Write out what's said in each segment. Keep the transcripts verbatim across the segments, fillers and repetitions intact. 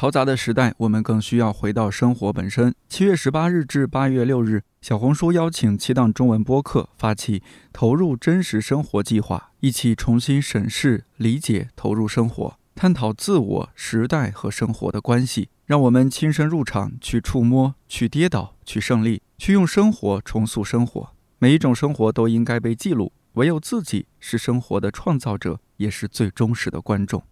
嘈杂的时代，我们更需要回到生活本身。七月十八日至八月六日，小红书邀请七档中文播客发起投入真实生活计划，一起重新审视、理解投入生活，探讨自我、时代和生活的关系。让我们亲身入场，去触摸，去跌倒，去胜利，去用生活重塑生活。每一种生活都应该被记录，唯有自己是生活的创造者，也是最忠实的观众。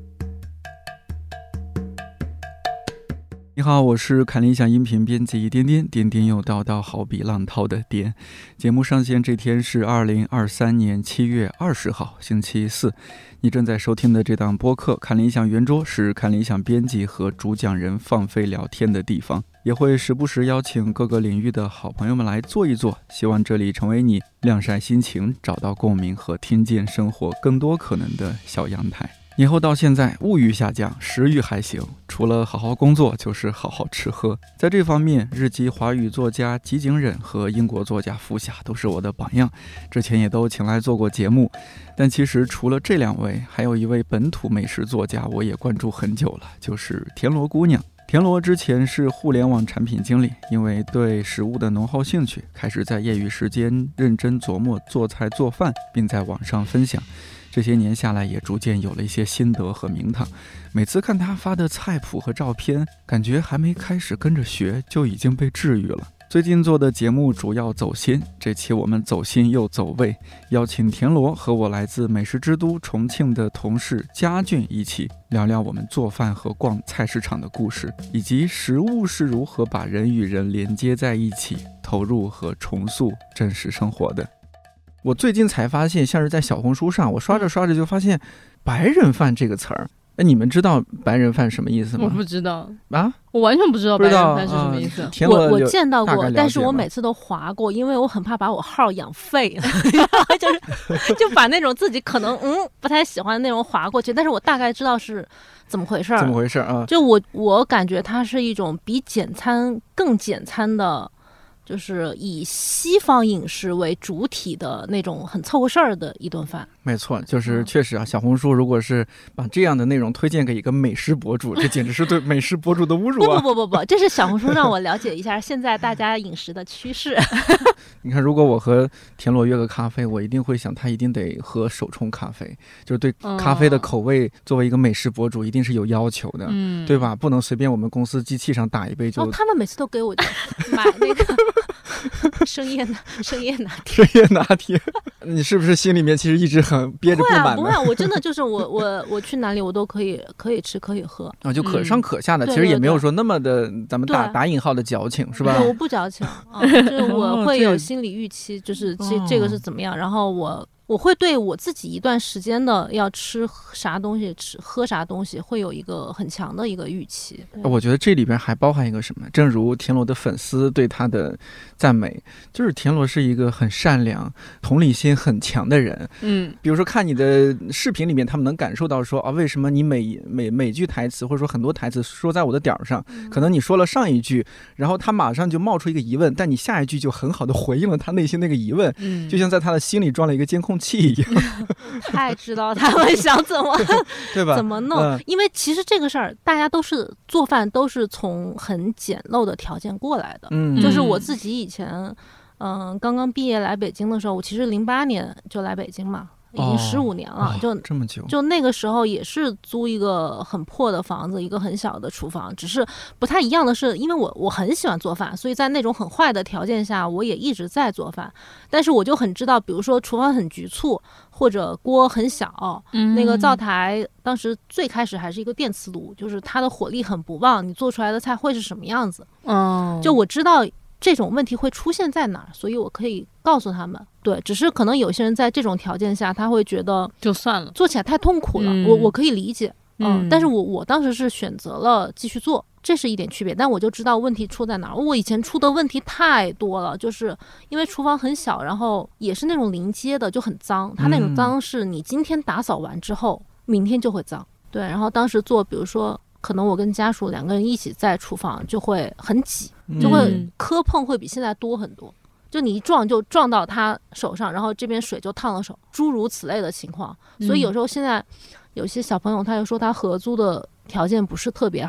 你好，我是看理想音频编辑颠颠，颠颠又叨叨，好比浪涛的颠。节目上线这天是二零二三年七月二十号，星期四。你正在收听的这档播客看理想圆桌，是看理想编辑和主讲人放飞聊天的地方，也会时不时邀请各个领域的好朋友们来坐一坐，希望这里成为你晾晒心情、找到共鸣和听见生活更多可能的小阳台。年后到现在，物欲下降，食欲还行，除了好好工作就是好好吃喝。在这方面，日籍华语作家吉井忍和英国作家福霞都是我的榜样，之前也都请来做过节目。但其实除了这两位，还有一位本土美食作家我也关注很久了，就是田螺姑娘。田螺之前是互联网产品经理，因为对食物的浓厚兴趣，开始在业余时间认真琢磨做菜做饭，并在网上分享。这些年下来，也逐渐有了一些心得和名堂。每次看他发的菜谱和照片，感觉还没开始跟着学，就已经被治愈了。最近做的节目主要走心，这期我们走心又走味，邀请田螺和我来自美食之都重庆的同事嘉俊一起聊聊我们做饭和逛菜市场的故事，以及食物是如何把人与人连接在一起，投入和重塑真实生活的。我最近才发现，像是在小红书上，我刷着刷着就发现白人饭这个词儿。那你们知道白人饭什么意思吗？ 我不知道啊， 我完全不知道白人饭是什么意思。 啊、 我我见到过，但是我每次都划过，因为我很怕把我号养废了，就是就把那种自己可能嗯不太喜欢的内容划过去。但是我大概知道是怎么回事怎么回事啊？ 就我我感觉它是一种比简餐更简餐的。就是以西方饮食为主体的那种很凑合事儿的一顿饭。 没错，就是确实啊，小红书如果是把这样的内容推荐给一个美食博主，这简直是对美食博主的侮辱啊！ 不不不不不，这是小红书让我了解一下现在大家饮食的趋势。 你看，如果我和田螺约个咖啡，我一定会想他一定得喝手冲咖啡，就是对咖啡的口味，作为一个美食博主一定是有要求的，嗯，对吧？不能随便我们公司机器上打一杯就。 哦，他们每次都给我买那个。深夜拿深夜拿铁，深夜拿铁，你是不是心里面其实一直很憋着不满的？ 不会啊，不会啊，我真的就是我我我去哪里我都可以可以吃可以喝啊，就可上可下的，嗯、其实也没有说那么的咱们打打引号的矫情，是吧？ 对，我不矫情啊，就是我会有心理预期，就是这、哦、这个是怎么样，然后我。我会对我自己一段时间的要吃啥东西吃喝啥东西会有一个很强的一个预期。 我觉得这里边还包含一个什么，正如田螺的粉丝对他的赞美，就是田螺是一个很善良同理心很强的人。嗯，比如说看你的视频里面，他们能感受到说啊，为什么你每每每句台词或者说很多台词说在我的点上、嗯、可能你说了上一句，然后他马上就冒出一个疑问，但你下一句就很好的回应了他内心那个疑问、嗯、就像在他的心里装了一个监控器一样。 太知道他们想怎么对吧？ 怎么弄、嗯、因为其实这个事儿大家都是做饭都是从很简陋的条件过来的。嗯，就是我自己以前嗯、呃，刚刚毕业来北京的时候，我其实零八年就来北京嘛，已经十五年了、 哦、 就这么久。 就那个时候也是租一个很破的房子，一个很小的厨房，只是不太一样的是，因为我我很喜欢做饭，所以在那种很坏的条件下我也一直在做饭。但是我就很知道，比如说厨房很局促或者锅很小、嗯、那个灶台当时最开始还是一个电磁炉，就是它的火力很不旺，你做出来的菜会是什么样子。嗯，就我知道这种问题会出现在哪儿，所以我可以告诉他们。对，只是可能有些人在这种条件下他会觉得就算了， 做起来太痛苦了、嗯、我我可以理解。嗯，但是我我当时是选择了继续做，这是一点区别。但我就知道问题出在哪儿。我以前出的问题太多了，就是因为厨房很小，然后也是那种临街的，就很脏。它那种脏是你今天打扫完之后、嗯、明天就会脏。对，然后当时做，比如说可能我跟家属两个人一起在厨房就会很挤，就会磕碰会比现在多很多。嗯，就你一撞就撞到他手上，然后这边水就烫了手，诸如此类的情况。所以有时候现在有些小朋友他就说他合租的条件不是特别好，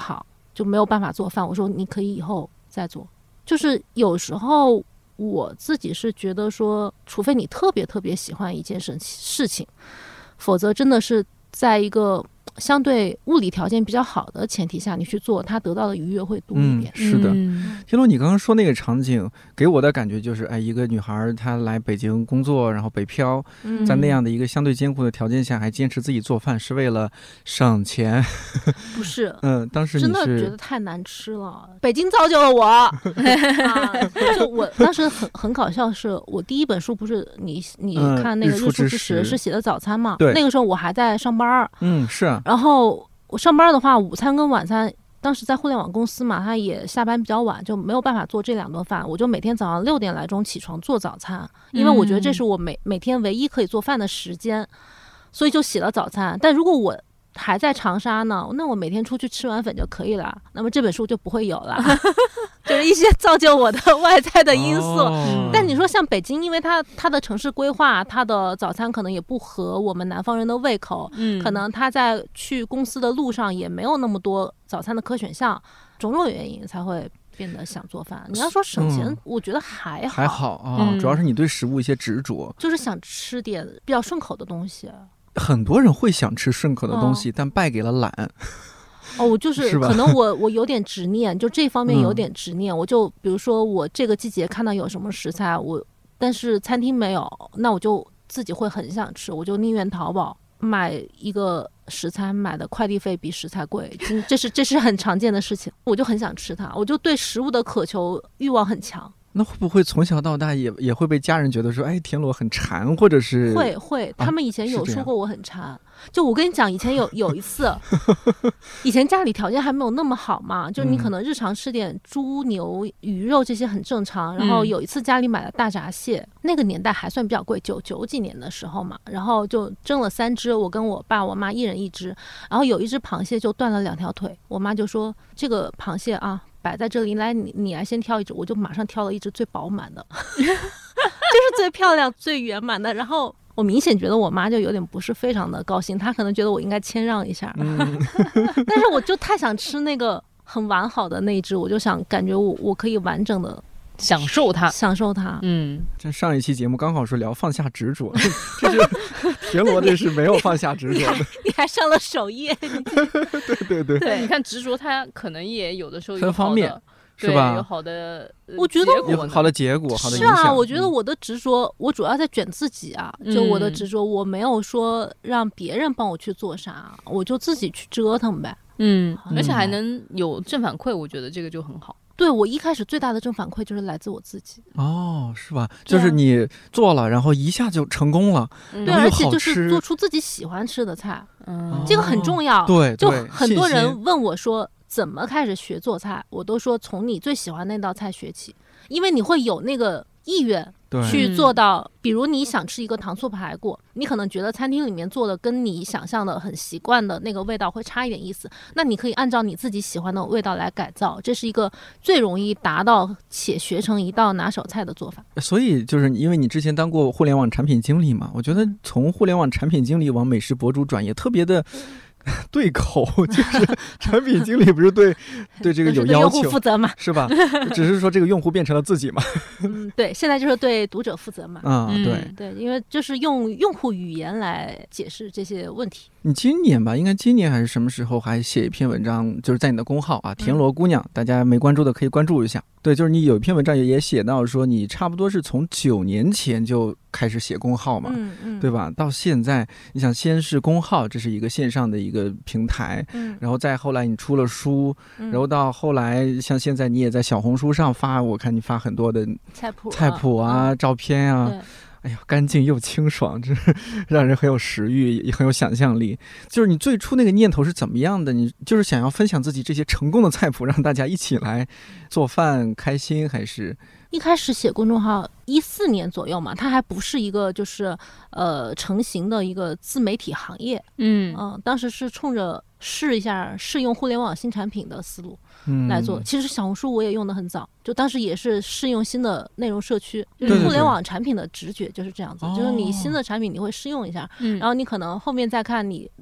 就没有办法做饭，我说你可以以后再做。就是有时候我自己是觉得说，除非你特别特别喜欢一件事事情，否则真的是在一个相对物理条件比较好的前提下你去做，它得到的愉悦会多一点。 嗯、是的。 嗯、 天罗，你刚刚说那个场景给我的感觉就是，哎，一个女孩她来北京工作，然后北漂，嗯、在那样的一个相对艰苦的条件下，还坚持自己做饭，是为了省钱。 不是， 嗯，当时你是真的觉得太难吃了，北京造就了我。啊、就我当时很很搞笑，是我第一本书不是你你看那个《日出之时》是写的早餐嘛？ 对， 那个时候我还在上班。 嗯，是啊。 然后我上班的话，午餐跟晚餐，当时在互联网公司嘛，他也下班比较晚，就没有办法做这两顿饭。我就每天早上六点来钟起床做早餐，因为我觉得这是我每每天唯一可以做饭的时间，所以就洗了早餐。但如果我还在长沙呢，那我每天出去吃碗粉就可以了，那么这本书就不会有了。就是一些造就我的外在的因素。哦、但你说像北京，因为它它的城市规划，它的早餐可能也不合我们南方人的胃口，嗯，可能他在去公司的路上也没有那么多早餐的可选项，种种原因才会变得想做饭。你要说省钱，嗯、我觉得还好， 还好啊、哦嗯，主要是你对食物一些执着， 就是想吃点比较顺口的东西。 很多人会想吃顺口的东西，哦、但败给了懒。 哦，我就是可能我我有点执念，就这方面有点执念。嗯、我就比如说我这个季节看到有什么食材，我但是餐厅没有，那我就自己会很想吃，我就宁愿淘宝买一个食材，买的快递费比食材贵，这是这是很常见的事情。我就很想吃它，我就对食物的渴求欲望很强。 那会不会从小到大也也会被家人觉得说，哎，田螺很馋，或者是会会，他们以前有说过我很馋。啊、就我跟你讲，以前有有一次，以前家里条件还没有那么好嘛，就你可能日常吃点猪牛鱼肉这些很正常。然后有一次家里买了大闸蟹，嗯、那个年代还算比较贵，九九几年的时候嘛，然后就蒸了三只，我跟我爸我妈一人一只，然后有一只螃蟹就断了两条腿，我妈就说这个螃蟹啊。摆在这里来，你你来先挑一只，我就马上挑了一只最饱满的，就是最漂亮、最圆满的。然后我明显觉得我妈就有点不是非常的高兴，她可能觉得我应该谦让一下，嗯、但是我就太想吃那个很完好的那一只，我就想感觉我我可以完整的。 享受它， 享受它。 嗯， 这上一期节目刚好是聊放下执着，这就田螺这是没有放下执着的。 你还上了首页， 对对对对，你看执着，它可能也有的时候有分方面是吧？ 有好的， 我觉得有好的结果，好的影响。 是啊，我觉得我的执着，我主要在卷自己啊。嗯、就我的执着，我没有说让别人帮我去做啥，我就自己去折腾呗。 嗯，而且还能有正反馈，我觉得这个就很好。 对，我一开始最大的正反馈就是来自我自己。 哦，是吧？就是你做了，然后一下就成功了， 嗯、对，而且就是做出自己喜欢吃的菜，嗯，这个很重要。 对， 就很多人问我说怎么开始学做菜，我都说从你最喜欢那道菜学起，因为你会有那个意愿去做到。比如你想吃一个糖醋排骨，你可能觉得餐厅里面做的跟你想象的很习惯的那个味道会差一点意思，那你可以按照你自己喜欢的味道来改造，这是一个最容易达到且学成一道拿手菜的做法。 所以就是因为你之前当过互联网产品经理嘛，我觉得从互联网产品经理往美食博主转业特别的对口，就是产品经理不是对对这个有要求， 对用户负责嘛， 是吧？只是说这个用户变成了自己嘛。 嗯，对，现在就是对读者负责嘛。 啊、嗯，对对，因为就是用用户语言来解释这些问题。 你今年吧，应该今年还是什么时候还写一篇文章，就是在你的公号啊，田螺姑娘，嗯、大家没关注的可以关注一下。对，就是你有一篇文章也也写到说，你差不多是从九年前就开始写公号嘛， 嗯嗯， 对吧？到现在，你想先是公号，这是一个线上的一个平台， 嗯， 然后再后来你出了书，嗯、然后到后来像现在你也在小红书上发，我看你发很多的菜谱、 菜谱啊、嗯、照片啊。哎呀，干净又清爽，这让人很有食欲，也很有想象力。就是你最初那个念头是怎么样的？你就是想要分享自己这些成功的菜谱，让大家一起来做饭开心，还是？ 一开始写公众号一四年左右嘛，它还不是一个就是呃成型的一个自媒体行业， 嗯嗯、呃，当时是冲着试一下试用互联网新产品的思路来做。嗯、其实小红书我也用得很早，就当时也是试用新的内容社区，就是互联网产品的直觉就是这样子， 对对对， 就是你新的产品你会试用一下， 哦、 然后你可能后面再看你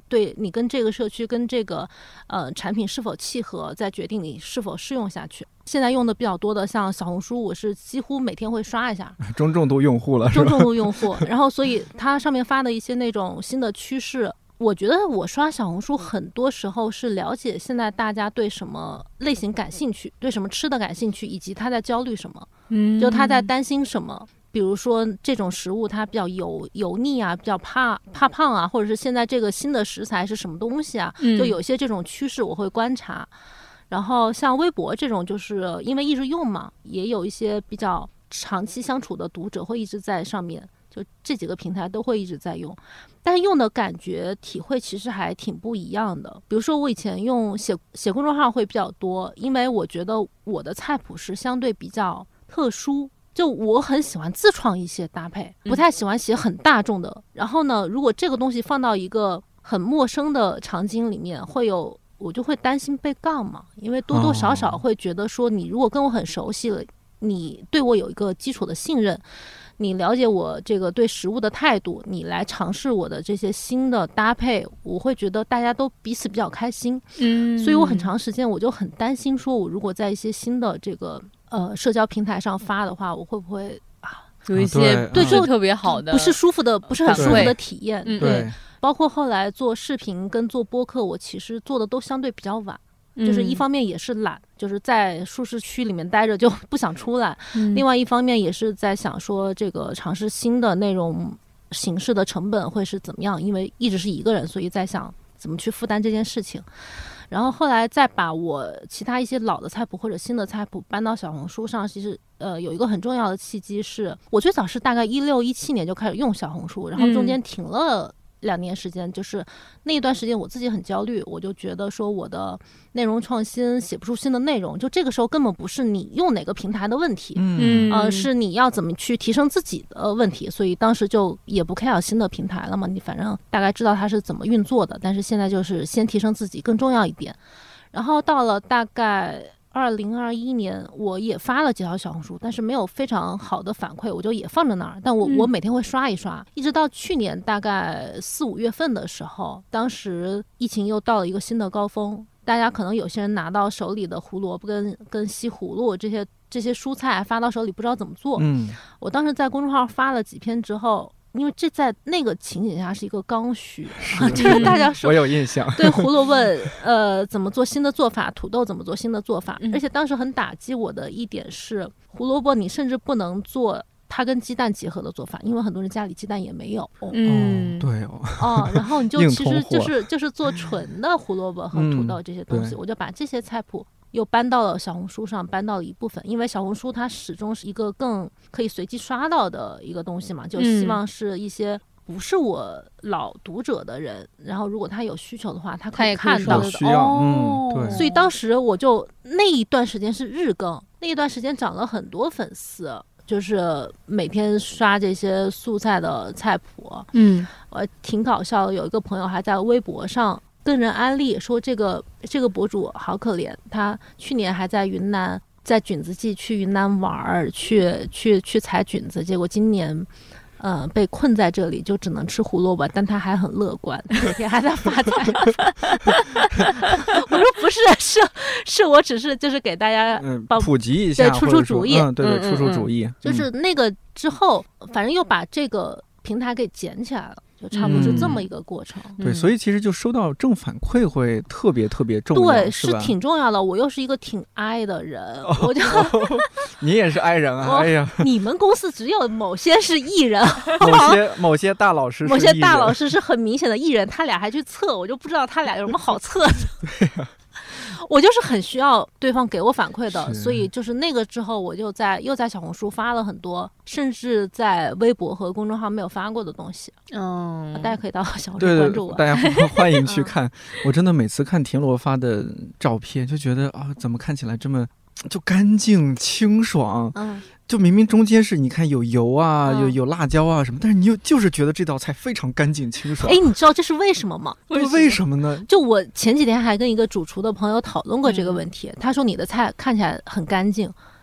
对你跟这个社区跟这个呃产品是否契合，再决定你是否试用下去。现在用的比较多的像小红书，我是几乎每天会刷一下， 中重度用户了， 中重度用户。然后所以它上面发的一些那种新的趋势，我觉得我刷小红书很多时候是了解现在大家对什么类型感兴趣，对什么吃的感兴趣，以及他在焦虑什么，嗯，就他在担心什么。比如说这种食物它比较油油腻啊，比较怕怕胖啊，或者是现在这个新的食材是什么东西啊，就有些这种趋势我会观察。然后像微博这种，就是因为一直用嘛，也有一些比较长期相处的读者会一直在上面，就这几个平台都会一直在用，但是用的感觉体会其实还挺不一样的。比如说我以前用写写公众号会比较多，因为我觉得我的菜谱是相对比较特殊，就我很喜欢自创一些搭配，不太喜欢写很大众的。然后呢，如果这个东西放到一个很陌生的场景里面，会有我就会担心被杠嘛，因为多多少少会觉得说，你如果跟我很熟悉了，你对我有一个基础的信任，你了解我这个对食物的态度，你来尝试我的这些新的搭配，我会觉得大家都彼此比较开心。嗯，所以我很长时间我就很担心，说我如果在一些新的这个呃社交平台上发的话，我会不会啊有一些对就特别好的不是舒服的不是很舒服的体验。 对， 对，包括后来做视频跟做播客，我其实做的都相对比较晚。就是一方面也是懒，就是在舒适区里面待着就不想出来，嗯，另外一方面也是在想说这个尝试新的内容形式的成本会是怎么样，因为一直是一个人，所以在想怎么去负担这件事情。然后后来再把我其他一些老的菜谱或者新的菜谱搬到小红书上，其实呃有一个很重要的契机，是我最早是大概一六一七年就开始用小红书，然后中间停了两年时间，就是那一段时间我自己很焦虑，我就觉得说我的内容创新写不出新的内容，就这个时候根本不是你用哪个平台的问题，嗯，呃，是你要怎么去提升自己的问题，所以当时就也不 care 新的平台了嘛，你反正大概知道它是怎么运作的，但是现在就是先提升自己更重要一点。然后到了大概二零二一年，我也发了几条小红书，但是没有非常好的反馈，我就也放在那儿。但我我每天会刷一刷，一直到去年大概四五月份的时候，当时疫情又到了一个新的高峰，大家可能有些人拿到手里的胡萝卜跟跟西葫芦这些这些蔬菜发到手里不知道怎么做。嗯，我当时在公众号发了几篇之后。因为这在那个情景下是一个刚需啊，这个大家说我有印象。 对胡萝卜呃怎么做新的做法，土豆怎么做新的做法，而且当时很打击我的一点是，胡萝卜你甚至不能做它跟鸡蛋结合的做法，因为很多人家里鸡蛋也没有。 嗯，对哦。 哦，然后你就其实就是就是做纯的胡萝卜和土豆这些东西，嗯，我就把这些菜谱又搬到了小红书上，搬到了一部分，因为小红书它始终是一个更可以随机刷到的一个东西嘛，就希望是一些不是我老读者的人，嗯，然后如果他有需求的话，他可以看到的。 需要，哦，嗯，对。 所以当时我就那一段时间是日更，那一段时间涨了很多粉丝，就是每天刷这些素菜的菜谱。嗯，我挺搞笑的，有一个朋友还在微博上跟人安利说这个这个博主好可怜，他去年还在云南，在菌子季去云南玩儿，去去去采菌子，结果今年呃被困在这里，就只能吃胡萝卜，但他还很乐观，每天还在发财。我说不是，是是我只是就是给大家帮普及一下， 对，出出主意， 嗯，对对，出出主意， 就是那个之后，反正又把这个平台给捡起来了。就差不多是这么一个过程。 嗯，对，所以其实就收到正反馈会特别特别重要， 对， 是是挺重要的。我又是一个挺 I 的人，哦，我就你也是 I 人啊！哎呀， 你们公司只有某些是 E 人， 某些某些大老师是 E 人， 某些大老师是很明显的 E 人，他俩还去测，我就不知道他俩有什么好测的。对呀，啊。我就是很需要对方给我反馈的，所以就是那个之后，我就在又在小红书发了很多，甚至在微博和公众号没有发过的东西。嗯，大家可以到小红书关注我， 对对，大家欢迎去看。嗯，我真的每次看田螺发的照片，就觉得啊，怎么看起来这么就干净清爽？嗯。就明明中间是你看有油啊，嗯，有有辣椒啊什么，但是你又就是觉得这道菜非常干净清爽。 哎，你知道这是为什么吗？ 为为什么呢？ 就我前几天还跟一个主厨的朋友讨论过这个问题，嗯，他说你的菜看起来很干净，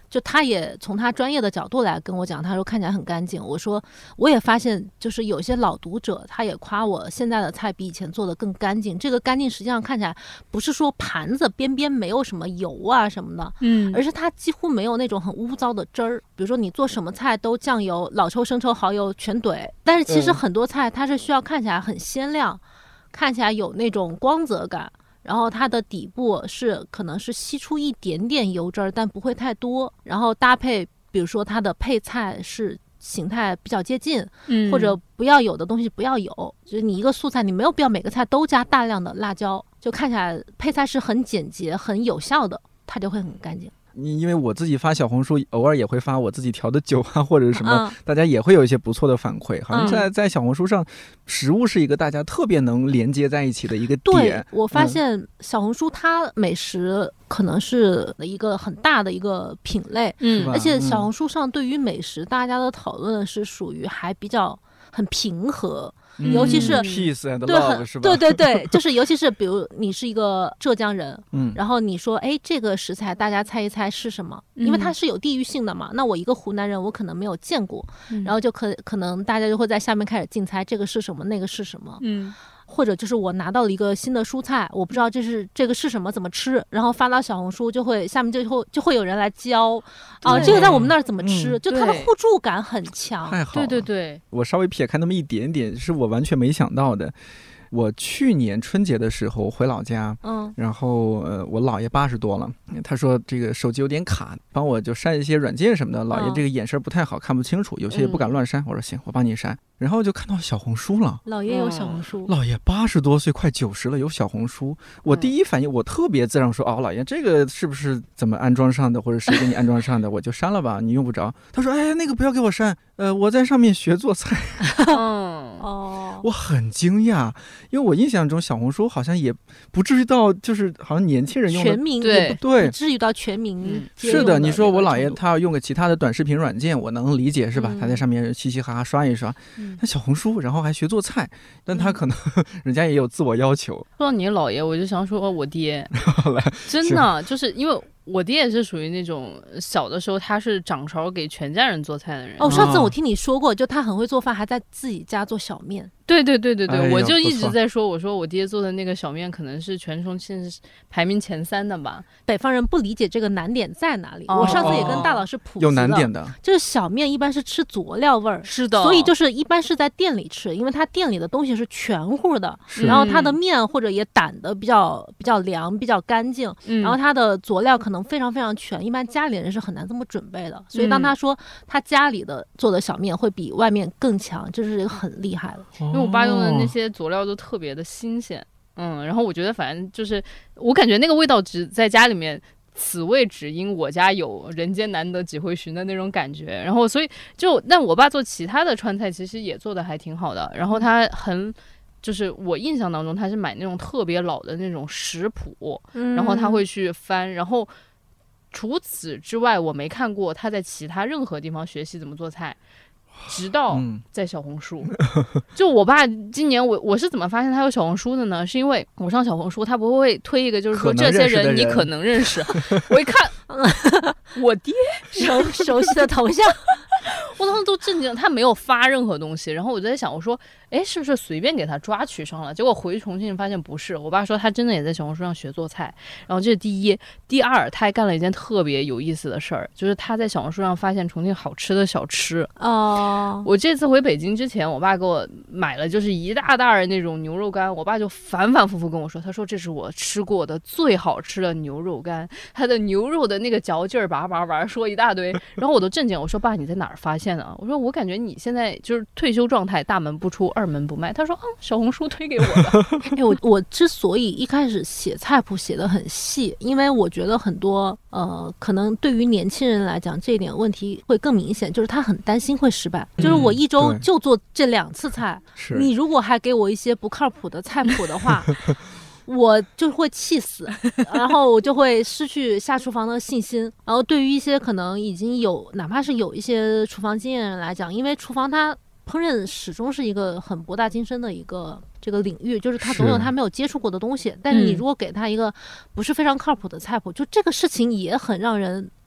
就他也从他专业的角度来跟我讲，他说看起来很干净。我说我也发现，就是有些老读者他也夸我现在的菜比以前做的更干净。这个干净实际上看起来不是说盘子边边没有什么油啊什么的，嗯，而是它几乎没有那种很污糟的汁儿。比如说你做什么菜都酱油、老抽、生抽、蚝油全怼，但是其实很多菜它是需要看起来很鲜亮，看起来有那种光泽感。然后它的底部是可能是吸出一点点油脂儿，但不会太多。然后搭配，比如说它的配菜是形态比较接近，嗯，或者不要有的东西不要有。就是你一个素菜，你没有必要每个菜都加大量的辣椒，就看起来配菜是很简洁、很有效的，它就会很干净。 因为我自己发小红书，偶尔也会发我自己调的酒啊，或者什么，嗯、大家也会有一些不错的反馈。好像在、嗯、在小红书上，食物是一个大家特别能连接在一起的一个点。 对，我发现小红书它美食可能是一个很大的一个品类，嗯，而且小红书上对于美食大家的讨论是属于还比较很平和。尤其是 peace and love 是吧？ 对对对，就是尤其是比如你是一个浙江人，嗯，然后你说哎这个食材大家猜一猜是什么？因为它是有地域性的嘛。那我一个湖南人，我可能没有见过，然后就可可能大家就会在下面开始竞猜这个是什么，那个是什么，嗯。或者就是我拿到了一个新的蔬菜，我不知道这是这个是什么，怎么吃，然后发到小红书，就会下面就会就会有人来教啊，这个在我们那儿怎么吃，嗯、就它的互助感很强。 太好了， 对对对， 我稍微撇开那么一点点，是我完全没想到的。我去年春节的时候回老家，嗯，然后呃，我姥爷八十多了，他说这个手机有点卡，帮我就删一些软件什么的。姥爷这个眼神不太好，看不清楚，有些也不敢乱删。我说行，我帮你删。然后就看到小红书了， 姥爷有小红书， 姥爷八十多岁，快九十了，有小红书。我第一反应，我特别自然说，哦，姥爷这个是不是怎么安装上的，或者谁给你安装上的，我就删了吧，你用不着。他说，哎，那个不要给我删，呃，我在上面学做菜。哦，我很惊讶，因为我印象中小红书好像也不至于到就是好像年轻人用的全民， 对对， 不至于到全民。 是的，你说我姥爷他要用个其他的短视频软件，我能理解是吧？嗯、他在上面嘻嘻哈哈刷一刷。嗯、他小红书，然后还学做菜，但他可能、嗯、人家也有自我要求。 说到你姥爷，我就想说我爹，真的就是因为。我爹也是属于那种小的时候他是掌勺给全家人做菜的人。 哦，上次我听你说过，就他很会做饭，还在自己家做小面。 对对对对对、哎，我就一直在说，我说我爹做的那个小面可能是全重庆排名前三的吧。 北方人不理解这个难点在哪里。哦、我上次也跟大老师普及了， 有难点的， 就是小面一般是吃佐料味儿， 是的， 所以就是一般是在店里吃，因为他店里的东西是全乎的，然后他的面或者也掸的比较比较凉，比较干净，嗯、然后他的佐料可能非常非常全，一般家里人是很难这么准备的。所以当他说他家里的做的小面会比外面更强，这是一个很厉害的。 因为我爸用的那些佐料都特别的新鲜，嗯，然后我觉得反正就是我感觉那个味道只在家里面，此味只因我家有，人间难得几回寻的那种感觉。然后所以就但我爸做其他的川菜其实也做的还挺好的，然后他很就是我印象当中他是买那种特别老的那种食谱，嗯、然后他会去翻，然后除此之外我没看过他在其他任何地方学习怎么做菜，直到在小红书、嗯、就我爸今年我我是怎么发现他有小红书的呢？是因为我上小红书他不会推一个就是说这些人你可能认识，我一看我爹熟熟悉的头像我当时都震惊了，他没有发任何东西，然后我就在想，我说哎是不是随便给他抓取上了，结果回重庆发现不是，我爸说他真的也在小红书上学做菜。然后这是第一，第二他还干了一件特别有意思的事儿，就是他在小红书上发现重庆好吃的小吃哦。我这次回北京之前我爸给我买了就是一大袋那种牛肉干，我爸就反反复复跟我说，他说这是我吃过的最好吃的牛肉干，他的牛肉的那个嚼劲儿叭叭叭说一大堆，然后我都震惊，我说爸你在哪儿发现的？我说我感觉你现在就是退休状态，大门不出二门不迈。他说啊，小红书推给我的。 哎，我我之所以一开始写菜谱写得很细，因为我觉得很多呃，可能对于年轻人来讲，这一点问题会更明显，就是他很担心会失败。嗯、就是我一周就做这两次菜，你如果还给我一些不靠谱的菜谱的话。我就会气死，然后我就会失去下厨房的信心。然后对于一些可能已经有哪怕是有一些厨房经验的人来讲，因为厨房它烹饪始终是一个很博大精深的一个这个领域，就是他总有他没有接触过的东西。但是你如果给他一个不是非常靠谱的菜谱，就这个事情也很让人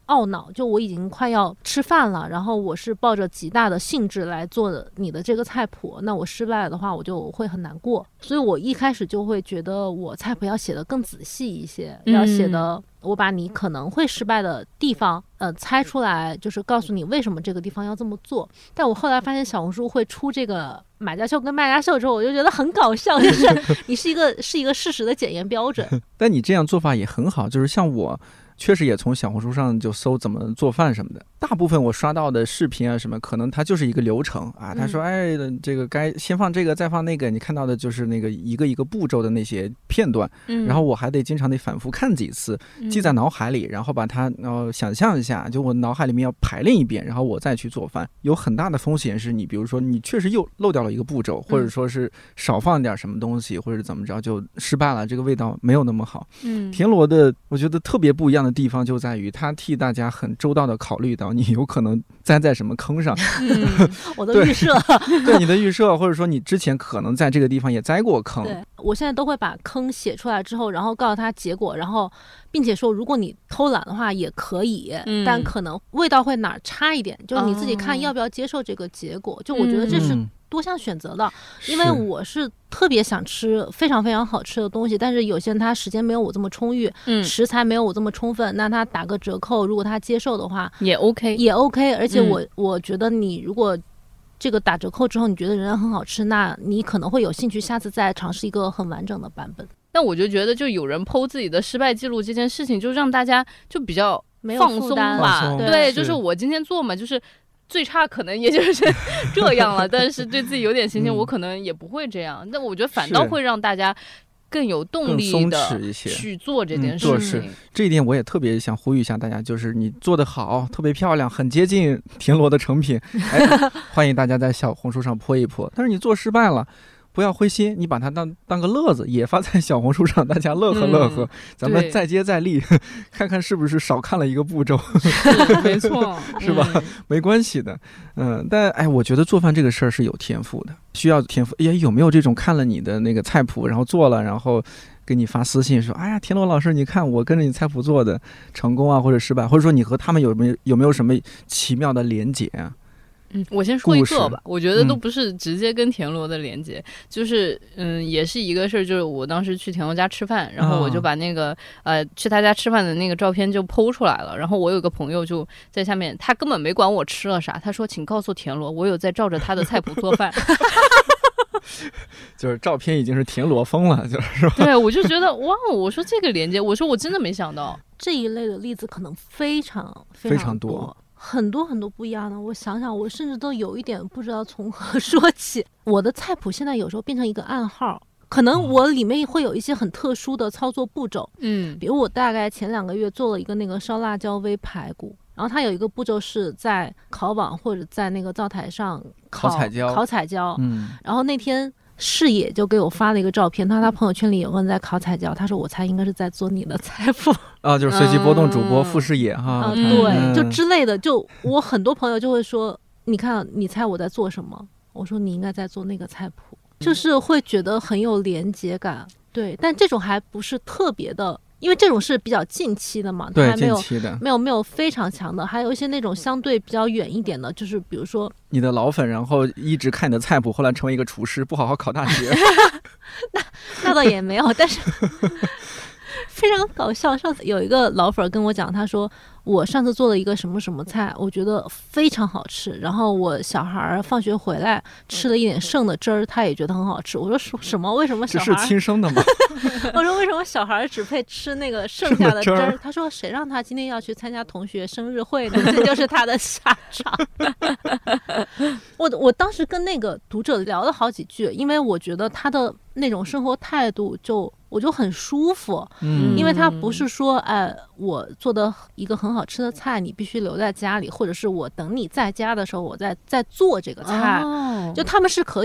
懊恼，就我已经快要吃饭了，然后我是抱着极大的兴致来做你的这个菜谱，那我失败了的话我就会很难过，所以我一开始就会觉得我菜谱要写得更仔细一些，嗯、要写的我把你可能会失败的地方呃猜出来，就是告诉你为什么这个地方要这么做。但我后来发现小红书会出这个买家秀跟卖家秀之后，我就觉得很搞笑，就是你是一个是一个事实的检验标准。 但你这样做法也很好，就是像我确实也从小红书上就搜怎么做饭什么的，大部分我刷到的视频啊什么，可能它就是一个流程啊。他说，哎，这个该先放这个，再放那个，你看到的就是那个一个一个步骤的那些片段，嗯、然后我还得经常得反复看几次，记在脑海里，然后把它然后想象一下，就我脑海里面要排练一遍，然后我再去做饭。有很大的风险是你比如说你确实又漏掉了一个步骤，或者说是少放点什么东西，或者怎么着就失败了，这个味道没有那么好。嗯，田螺的我觉得特别不一样的地方就在于他替大家很周到的考虑到你有可能栽在什么坑上。 嗯、我都预设对, 对你的预设，或者说你之前可能在这个地方也栽过坑。 对，我现在都会把坑写出来之后，然后告诉他结果，然后并且说如果你偷懒的话也可以、嗯、但可能味道会哪儿差一点，就是你自己看要不要接受这个结果、哦、就我觉得这是多项选择的、嗯、因为我是特别想吃非常非常好吃的东西，但是有些人他时间没有我这么充裕、嗯、食材没有我这么充分，那他打个折扣如果他接受的话也 OK 也 OK， 而且我、嗯、我觉得你如果这个打折扣之后你觉得仍然很好吃，那你可能会有兴趣下次再尝试一个很完整的版本。 但我就觉得就有人 po 自己的失败记录这件事情，就让大家就比较放松吧。对，对，就是我今天做嘛，就是最差可能也就是这样了，但是对自己有点信心、嗯、我可能也不会这样。但我觉得反倒会让大家更有动力的去做这件事情、嗯、 是这一点我也特别想呼吁一下大家，就是你做得好特别漂亮很接近田螺的成品，哎，欢迎大家在小红书上泼一泼。但是你做失败了不要灰心，你把它当当个乐子也发在小红书上，大家乐呵乐呵、嗯、咱们再接再厉，看看是不是少看了一个步骤。 是没错是吧、嗯、没关系的。嗯，但哎，我觉得做饭这个事儿是有天赋的，需要天赋。也有没有这种看了你的那个菜谱然后做了，然后给你发私信说，哎呀田螺老师你看我跟着你菜谱做的成功啊或者失败，或者说你和他们有没有有没有什么奇妙的连结啊？ 嗯，我先说一个吧，我觉得都不是直接跟田螺的连接、嗯、就是嗯，也是一个事儿，就是我当时去田螺家吃饭，然后我就把那个、哦、呃去他家吃饭的那个照片就 po 出来了，然后我有个朋友就在下面，他根本没管我吃了啥，他说请告诉田螺我有在照着他的菜谱做饭。 就是照片已经是田螺风了，就是吧？ 对，我就觉得哇，我说这个连接，我说我真的没想到， 这一类的例子可能非常非常多。 非常多很多很多不一样的，我想想我甚至都有一点不知道从何说起。我的菜谱现在有时候变成一个暗号，可能我里面会有一些很特殊的操作步骤，嗯，比如我大概前两个月做了一个那个烧辣椒煨排骨，然后它有一个步骤是在烤网或者在那个灶台上烤烤彩椒， 烤彩椒，嗯，然后那天视野就给我发了一个照片，他他朋友圈里也问在烤彩椒，他说我猜应该是在做你的菜谱啊，就是随机波动主播傅视野哈、 嗯嗯，对，就之类的。就我很多朋友就会说，你看你猜我在做什么？我说你应该在做那个菜谱，就是会觉得很有连结感。对，但这种还不是特别的。因为这种是比较近期的嘛， 对， 还没有近期的没有没有非常强的，还有一些那种相对比较远一点的，就是比如说你的老粉，然后一直看你的菜谱，后来成为一个厨师，不好好考大学。 那那倒也没有，但是非常搞笑。上次有一个老粉跟我讲，他说我上次做了一个什么什么菜，我觉得非常好吃，然后我小孩放学回来吃了一点剩的汁儿，他也觉得很好吃。我说什么？为什么小孩？ 这是亲生的吗？ 我说为什么小孩只配吃那个剩下的汁儿？他说谁让他今天要去参加同学生日会呢？这就是他的下场。我我当时跟那个读者聊了好几句，因为我觉得他的那种生活态度就我就很舒服，嗯，因为他不是说哎我做的一个很好吃的菜你必须留在家里，或者是我等你在家的时候我再再做这个菜，哦，就他们是可以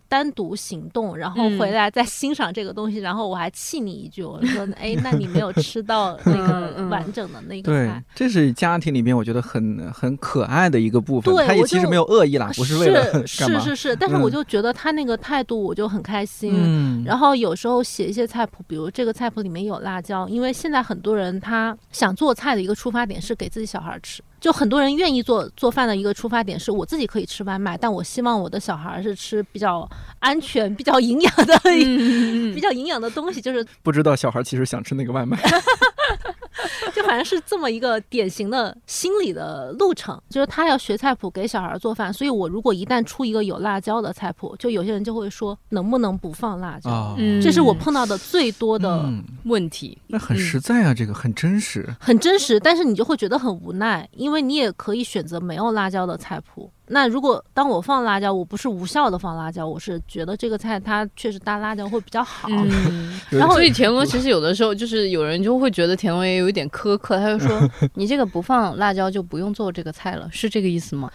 单独行动，然后回来再欣赏这个东西，嗯、然后我还气你一句，我说哎，那你没有吃到那个完整的那个菜。 对，这是家庭里面我觉得很很可爱的一个部分。他也其实没有恶意啦，不是为了干嘛。 是是是，但是我就觉得他那个态度我就很开心。嗯，然后有时候写一些菜谱，比如这个菜谱里面有辣椒，因为现在很多人他想做菜的一个出发点是给自己小孩吃。就很多人愿意做做饭的一个出发点是我自己可以吃外卖，但我希望我的小孩是吃比较安全、比较营养的、嗯、比较营养的东西。就是不知道小孩其实想吃那个外卖， 就反正是这么一个典型的心理的路程。就是他要学菜谱给小孩做饭，所以我如果一旦出一个有辣椒的菜谱，就有些人就会说能不能不放辣椒、哦、这是我碰到的最多的问题、嗯、 那很实在啊、嗯、这个很真实很真实，但是你就会觉得很无奈，因为你也可以选择没有辣椒的菜谱。那如果当我放辣椒，我不是无效的放辣椒，我是觉得这个菜它确实搭辣椒会比较好、 嗯、然后所以田螺其实有的时候就是有人就会觉得田螺也有一点苛刻，他就说你这个不放辣椒就不用做这个菜了，是这个意思吗？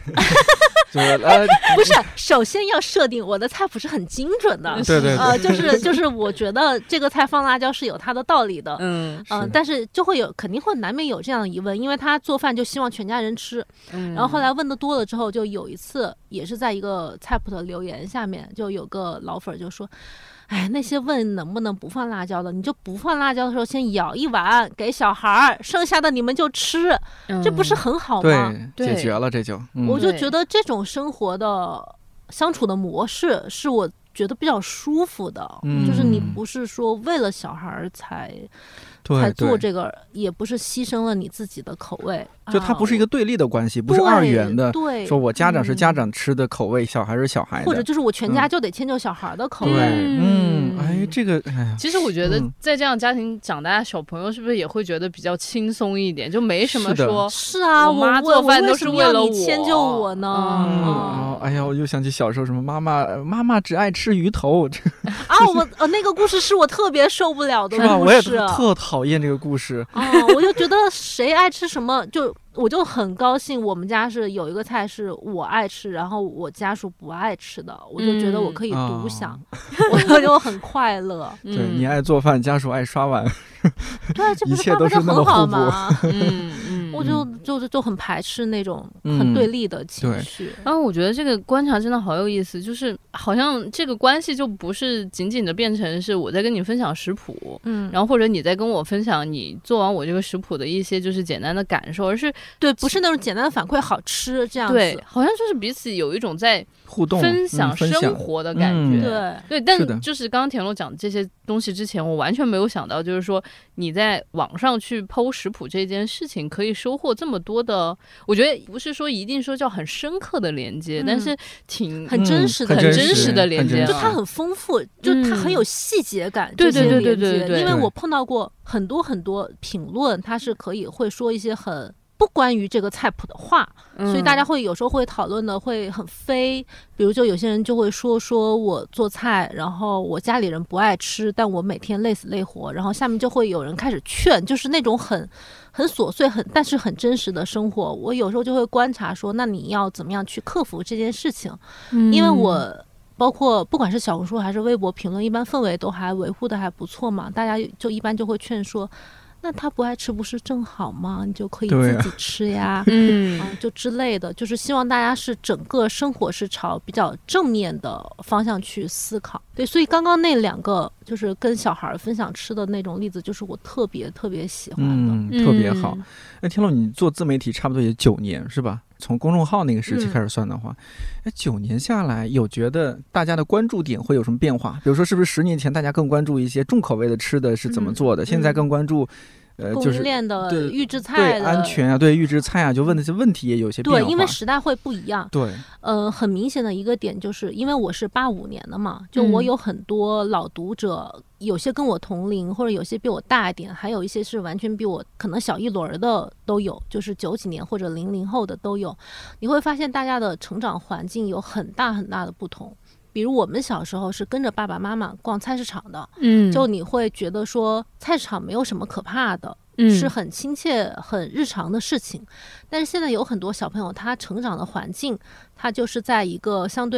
不是，首先要设定我的菜谱是很精准的， 对对对， 呃，就是就是我觉得这个菜放辣椒是有它的道理的， 嗯嗯、呃，但是就会有肯定会难免有这样的疑问，因为他做饭就希望全家人吃，嗯，然后后来问的多了之后，就有一次也是在一个菜谱的留言下面，就有个老粉就说。哎，那些问能不能不放辣椒的，你就不放辣椒的时候先舀一碗给小孩，剩下的你们就吃、嗯、这不是很好吗？ 对，解决了这就、嗯、 我就觉得这种生活的相处的模式是我觉得比较舒服的、嗯、就是你不是说为了小孩才才做这个，也不是牺牲了你自己的口味， 就它不是一个对立的关系、啊、不是二元的，对，说我家长是家长吃的口味、嗯、小孩是小孩的， 或者就是我全家就得迁就小孩的口味。 嗯，哎，这个哎， 其实我觉得在这样家庭长大，小朋友是不是也会觉得比较轻松一点，就没什么说是啊， 我妈做饭都是为了我， 你迁就我呢。 嗯哦，哎呀，我又想起小时候什么妈妈妈妈只爱吃鱼头啊，我呃那个故事是我特别受不了的故事， 是吧？我也特讨厌这个故事。 哦，我就觉得谁爱吃什么就。我就很高兴，我们家是有一个菜是我爱吃，然后我家属不爱吃的，我就觉得我可以独享，嗯、我就很快乐。 对、嗯、你爱做饭，家属爱刷碗， 对，这不是爸爸就很好吗？嗯嗯，我就就就很排斥那种很对立的情绪。 然后我觉得这个观察真的好有意思，就是好像这个关系就不是仅仅的变成是我在跟你分享食谱，嗯，然后或者你在跟我分享你做完我这个食谱的一些就是简单的感受，而是对，不是那种简单的反馈好吃这样子， 对，好像就是彼此有一种在互动分享生活的感觉， 嗯、 对对。但就是刚刚田螺讲这些东西之前，我完全没有想到，就是说你在网上去剖食谱这件事情，可以收获这么多的，我觉得不是说一定说叫很深刻的连接，嗯、但是挺很真实的、 很真实的连接， 就它很丰富，就它很有细节感。 对对对对对对， 因为我碰到过很多很多评论，它是可以会说一些很。不关于这个菜谱的话，所以大家会有时候会讨论的会很飞，比如就有些人就会说说我做菜，然后我家里人不爱吃，但我每天累死累活，然后下面就会有人开始劝，就是那种很很琐碎很但是很真实的生活，我有时候就会观察说，那你要怎么样去克服这件事情，嗯、因为我包括不管是小红书还是微博评论，一般氛围都还维护的还不错嘛，大家就一般就会劝说。那他不爱吃不是正好吗？你就可以自己吃呀，嗯、啊，就之类的，就是希望大家是整个生活是朝比较正面的方向去思考。对，所以刚刚那两个就是跟小孩分享吃的那种例子，就是我特别特别喜欢的， 嗯、特别好。哎，田螺，你做自媒体差不多也九年是吧？从公众号那个时期开始算的话，哎、嗯，九年下来，有觉得大家的关注点会有什么变化？比如说，是不是十年前大家更关注一些重口味的吃的是怎么做的，嗯、现在更关注？呃， 供应链的预制菜的对安全啊，对预制菜啊，就问那些问题也有些变化。 对，因为时代会不一样。 对， 呃，很明显的一个点就是，因为我是八五年的嘛，就我有很多老读者，嗯、有些跟我同龄，或者有些比我大一点，还有一些是完全比我可能小一轮的都有，就是九几年或者零零后的都有。你会发现大家的成长环境有很大很大的不同。比如我们小时候是跟着爸爸妈妈逛菜市场的，嗯，就你会觉得说菜市场没有什么可怕的，嗯，是很亲切很日常的事情。但是现在有很多小朋友他成长的环境，他就是在一个相对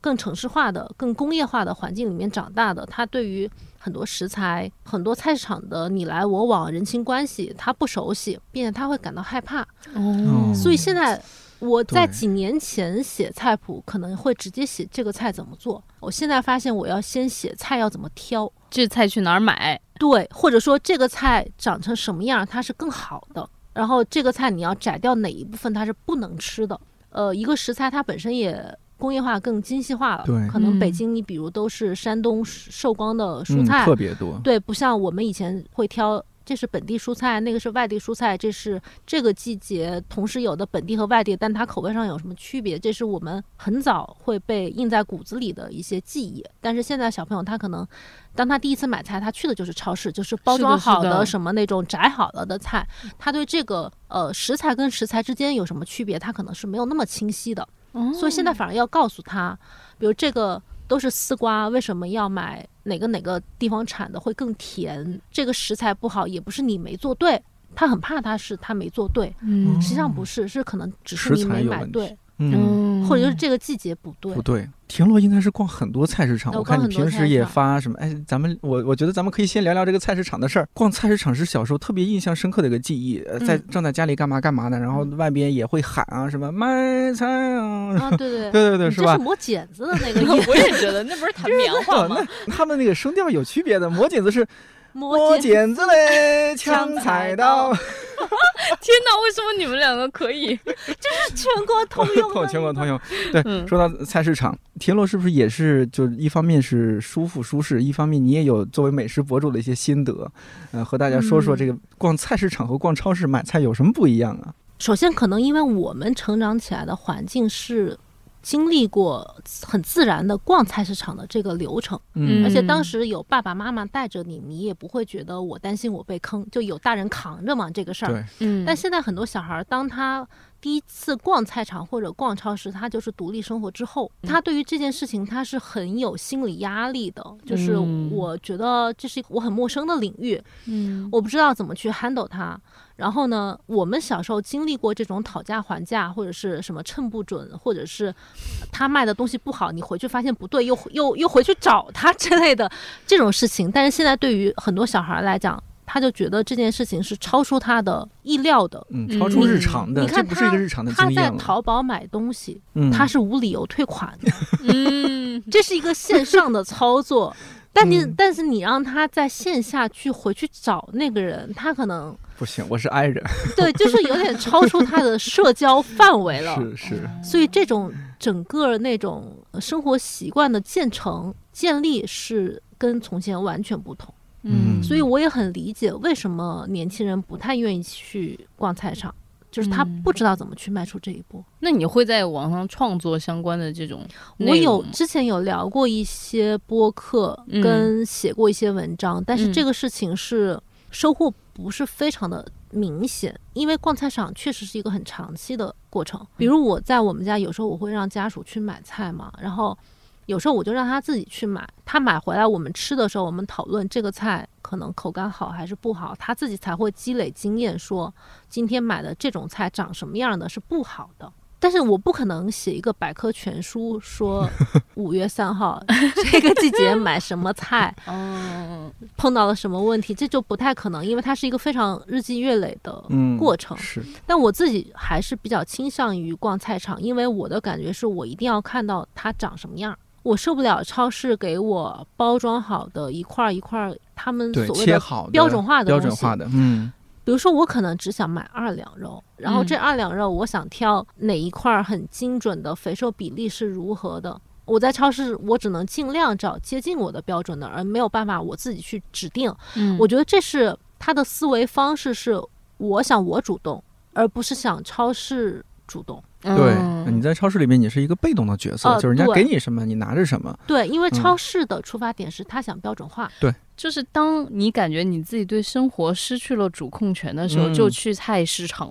更城市化的、更工业化的环境里面长大的，他对于很多食材、很多菜市场的你来我往、人情关系，他不熟悉，并且他会感到害怕。 哦， 所以现在我在几年前写菜谱，可能会直接写这个菜怎么做。我现在发现我要先写菜要怎么挑， 这菜去哪儿买？ 对，或者说这个菜长成什么样它是更好的，然后这个菜你要摘掉哪一部分它是不能吃的。呃，一个食材它本身也工业化更精细化了， 对， 可能北京你比如都是山东寿光的蔬菜、 嗯、特别多， 对，不像我们以前会挑这是本地蔬菜，那个是外地蔬菜，这是这个季节同时有的本地和外地，但它口味上有什么区别，这是我们很早会被印在骨子里的一些记忆。但是现在小朋友他可能当他第一次买菜，他去的就是超市，就是包装好的什么那种摘好了的菜，他对这个呃食材跟食材之间有什么区别，他可能是没有那么清晰的。所以现在反而要告诉他，比如这个都是丝瓜，为什么要买哪个哪个地方产的会更甜？这个食材不好，也不是你没做对，他很怕他是他没做对，嗯，实际上不是，是可能只是你没买对，嗯，或者就是这个季节不对。 不对，田螺应该是逛很多菜市场，我看你平时也发什么，哎，咱们我我觉得咱们可以先聊聊这个菜市场的事儿。逛菜市场是小时候特别印象深刻的一个记忆，在正在家里干嘛干嘛的，然后外边也会喊啊什么买菜啊， 啊对对对对对，是吧？ 这是磨剪子的那个音， 我也觉得那不是弹棉花吗？ 那他们那个声调有区别的，磨剪子是。磨剪子嘞，抢菜刀。 天哪，为什么你们两个可以？ 这是全国通用的。 全国通用。对、嗯，说到菜市场，田螺是不是也是就一方面是舒服舒适，一方面你也有作为美食博主的一些心得，呃，和大家说说这个逛菜市场和逛超市买菜有什么不一样啊？ 首先，可能因为我们成长起来的环境是。经历过很自然的逛菜市场的这个流程，嗯，而且当时有爸爸妈妈带着你，你也不会觉得我担心我被坑，就有大人扛着嘛这个事儿。嗯，但现在很多小孩当他第一次逛菜场或者逛超市，他就是独立生活之后，他对于这件事情他是很有心理压力的，就是我觉得这是我很陌生的领域，嗯，我不知道怎么去 handle 它。然后呢，我们小时候经历过这种讨价还价，或者是什么称不准，或者是他卖的东西不好，你回去发现不对，又又又回去找他之类的这种事情。但是现在对于很多小孩来讲，他就觉得这件事情是超出他的意料的， 嗯，超出日常的。你看他，这不是一个日常的经验了。 他在淘宝买东西，嗯、他是无理由退款的，嗯，这是一个线上的操作。但你、嗯、但是你让他在线下去回去找那个人，他可能不行，我是 I 人， 对，就是有点超出他的社交范围了。 是是， 所以这种整个那种生活习惯的建成建立是跟从前完全不同。嗯，所以我也很理解为什么年轻人不太愿意去逛菜场。就是他不知道怎么去迈出这一步。 嗯、那你会在网上创作相关的这种内容？ 我有之前有聊过一些播客，跟写过一些文章，嗯、但是这个事情是收获不是非常的明显，因为逛菜场确实是一个很长期的过程。比如我在我们家，有时候我会让家属去买菜嘛，然后有时候我就让他自己去买，他买回来我们吃的时候，我们讨论这个菜可能口感好还是不好，他自己才会积累经验，说今天买的这种菜长什么样的是不好的。但是我不可能写一个百科全书说五月三号这个季节买什么菜碰到了什么问题，这就不太可能，因为它是一个非常日积月累的过程、嗯、 是。 但我自己还是比较倾向于逛菜场，因为我的感觉是我一定要看到它长什么样，我受不了超市给我包装好的一块一块他们所谓的标准化的东西， 标准化的，嗯。 比如说我可能只想买二两肉，然后这二两肉我想挑哪一块很精准的肥瘦比例是如何的，我在超市我只能尽量找接近我的标准的，而没有办法我自己去指定、嗯、我觉得这是他的思维方式，是我想我主动，而不是想超市主动。 对，你在超市里面你是一个被动的角色、呃、就是人家给你什么你拿着什么。 对，因为超市的出发点是他想标准化、嗯、 对， 就是当你感觉你自己对生活失去了主控权的时候、嗯、就去菜市场吧。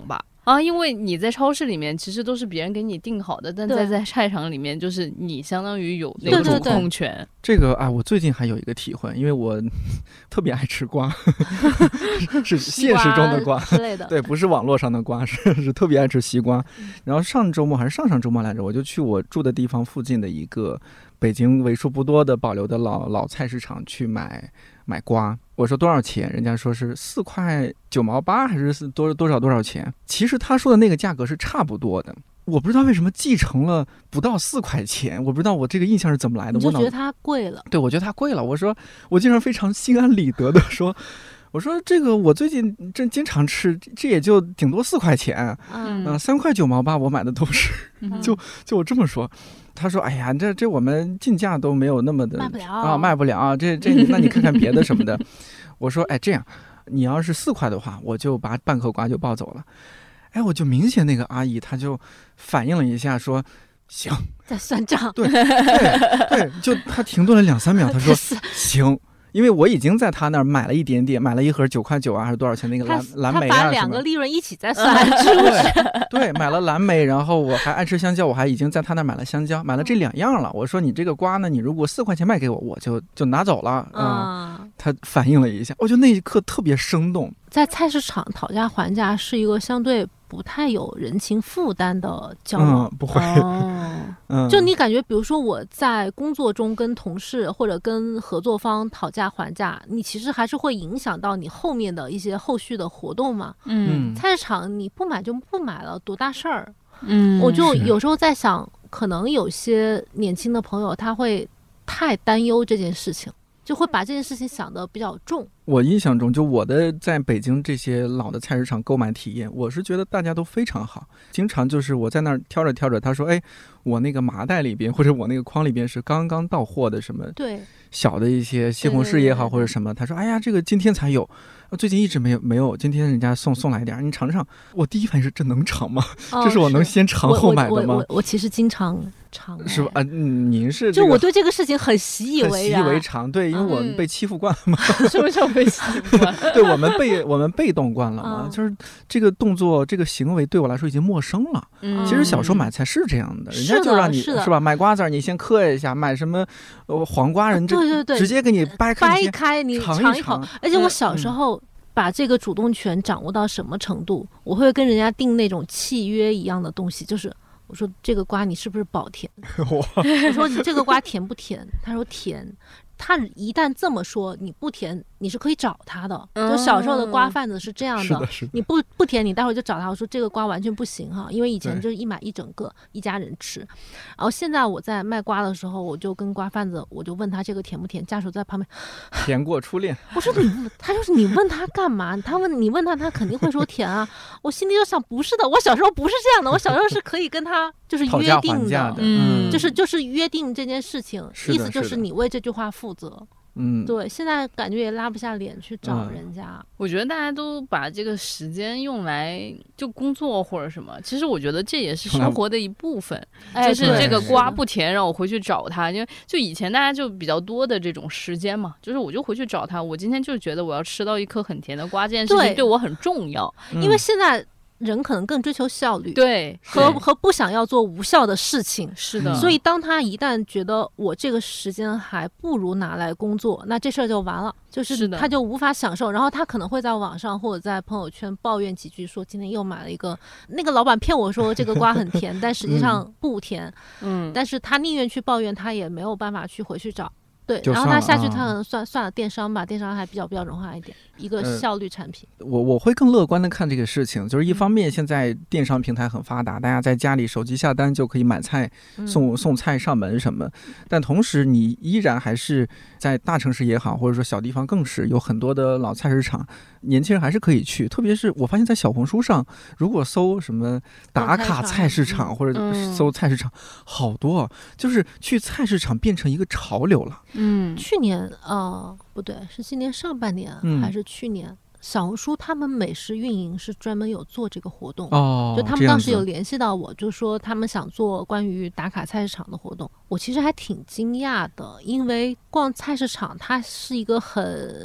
啊，因为你在超市里面其实都是别人给你定好的，但在在菜场里面就是你相当于有那个主控权。 这个啊，我最近还有一个体会，因为我特别爱吃瓜，是现实中的瓜之类的， 对，不是网络上的瓜，是是特别爱吃西瓜。然后上周末还是上上周末来着，我就去我住的地方附近的一个北京为数不多的保留的老老菜市场去买买瓜。我说多少钱？人家说是四块九毛八，还是多多少多少钱？其实他说的那个价格是差不多的。我不知道为什么继承了不到四块钱，我不知道我这个印象是怎么来的。 你就觉得它贵了？ 对，我觉得它贵了。我说，我竟然非常心安理得的说，我说这个我最近真经常吃，这也就顶多四块钱，嗯、呃，三块九毛八我买的都是，嗯、就就我这么说。他说：“哎呀，这这我们进价都没有那么的卖不了啊，卖不了啊，这这那你看看别的什么的。”我说：“哎，这样，你要是四块的话，我就把半颗瓜就抱走了。”哎，我就明显那个阿姨她就反应了一下，说：“行。” 在算账。 对对对，就她停顿了两三秒，她说：“行。”因为我已经在他那儿买了一点点，买了一盒九块九啊，还是多少钱那个蓝蓝莓啊， 他把两个利润一起在算，是不是？ 对，买了蓝莓，然后我还爱吃香蕉，我还已经在他那儿买了香蕉，买了这两样了。我说你这个瓜呢，你如果四块钱卖给我，我就就拿走了啊、嗯。他反应了一下，我觉得那一刻特别生动。在菜市场讨价还价是一个相对不太有人情负担的交往， 嗯，不会。 哦，嗯，就你感觉，比如说我在工作中跟同事或者跟合作方讨价还价，你其实还是会影响到你后面的一些后续的活动嘛。嗯，菜市场你不买就不买了，多大事儿？嗯，我就有时候在想，可能有些年轻的朋友他会太担忧这件事情。就会把这件事情想得比较重。 我印象中，就我的在北京这些老的菜市场购买体验，我是觉得大家都非常好。经常就是我在那儿挑着挑着，他说：“哎，我那个麻袋里边或者我那个筐里边是刚刚到货的什么， 对， 小的一些西红柿也好或者什么。”他说：“哎呀，这个今天才有，最近一直没有没有，今天人家送送来一点，你尝尝。”我第一反应是这能尝吗？哦、这是我能先尝后买的吗？ 我 我, 我, 我其实经常。尝是吧？啊，您是、这个、就我对这个事情很习以为然， 习以为常。对，因为我们被欺负惯了嘛。 什么叫被欺负惯？ 对，我们被我们被动惯了嘛、嗯。就是这个动作、这个行为对我来说已经陌生了。嗯、其实小时候买菜是这样的，人家就让你 是, 是吧？买瓜子你先嗑一下，买什么呃黄瓜人这、 啊、对对对， 直接给你掰开掰开你尝一口。而且我小时候。嗯把这个主动权掌握到什么程度，我会跟人家定那种契约一样的东西，就是我说这个瓜你是不是保甜？我说你这个瓜甜不甜？他说甜。他一旦这么说，你不甜，你是可以找他的。嗯、就小时候的瓜贩子是这样的， 是的是的你不不甜，你待会儿就找他。我说这个瓜完全不行哈，因为以前就是一买一整个，一家人吃。然后现在我在卖瓜的时候，我就跟瓜贩子，我就问他这个甜不甜，家属在旁边， 甜过初恋。 我说你，他就是你问他干嘛？他问你问他，他肯定会说甜啊。我心里就想，不是的，我小时候不是这样的，我小时候是可以跟他就是约定的, 的， 嗯，就是就是约定这件事情，意思就是你为这句话负责。嗯，对，现在感觉也拉不下脸去找人家、嗯。 我觉得大家都把这个时间用来就工作或者什么，其实我觉得这也是生活的一部分。 哎、 就是这个瓜不甜，让我回去找他，因为就以前大家就比较多的这种时间嘛，就是我就回去找他，我今天就觉得我要吃到一颗很甜的瓜，这件事情对我很重要， 嗯、因为现在。人可能更追求效率， 对， 和和不想要做无效的事情， 是的。 所以当他一旦觉得我这个时间还不如拿来工作，那这事儿就完了，就是他就无法享受。然后他可能会在网上或者在朋友圈抱怨几句，说今天又买了一个，那个老板骗我说这个瓜很甜，但实际上不甜。嗯，但是他宁愿去抱怨，他也没有办法去回去找。对，然后他下去，他可能算、啊、算了电商吧，电商还比较标准化一点，一个效率产品。 呃、我我会更乐观的看这个事情，就是一方面现在电商平台很发达，大家在家里手机下单就可以买菜，送送菜上门什么，但同时你依然还是在大城市也好，或者说小地方更是有很多的老菜市场，年轻人还是可以去。特别是我发现在小红书上，如果搜什么打卡菜市场、嗯、或者搜菜市场，好多就是去菜市场变成一个潮流了。 嗯，去年呃不对，是今年上半年、嗯、还是去年，小红书他们美食运营是专门有做这个活动哦， 就他们当时有联系到我，就说他们想做关于打卡菜市场的活动。我其实还挺惊讶的，因为逛菜市场它是一个很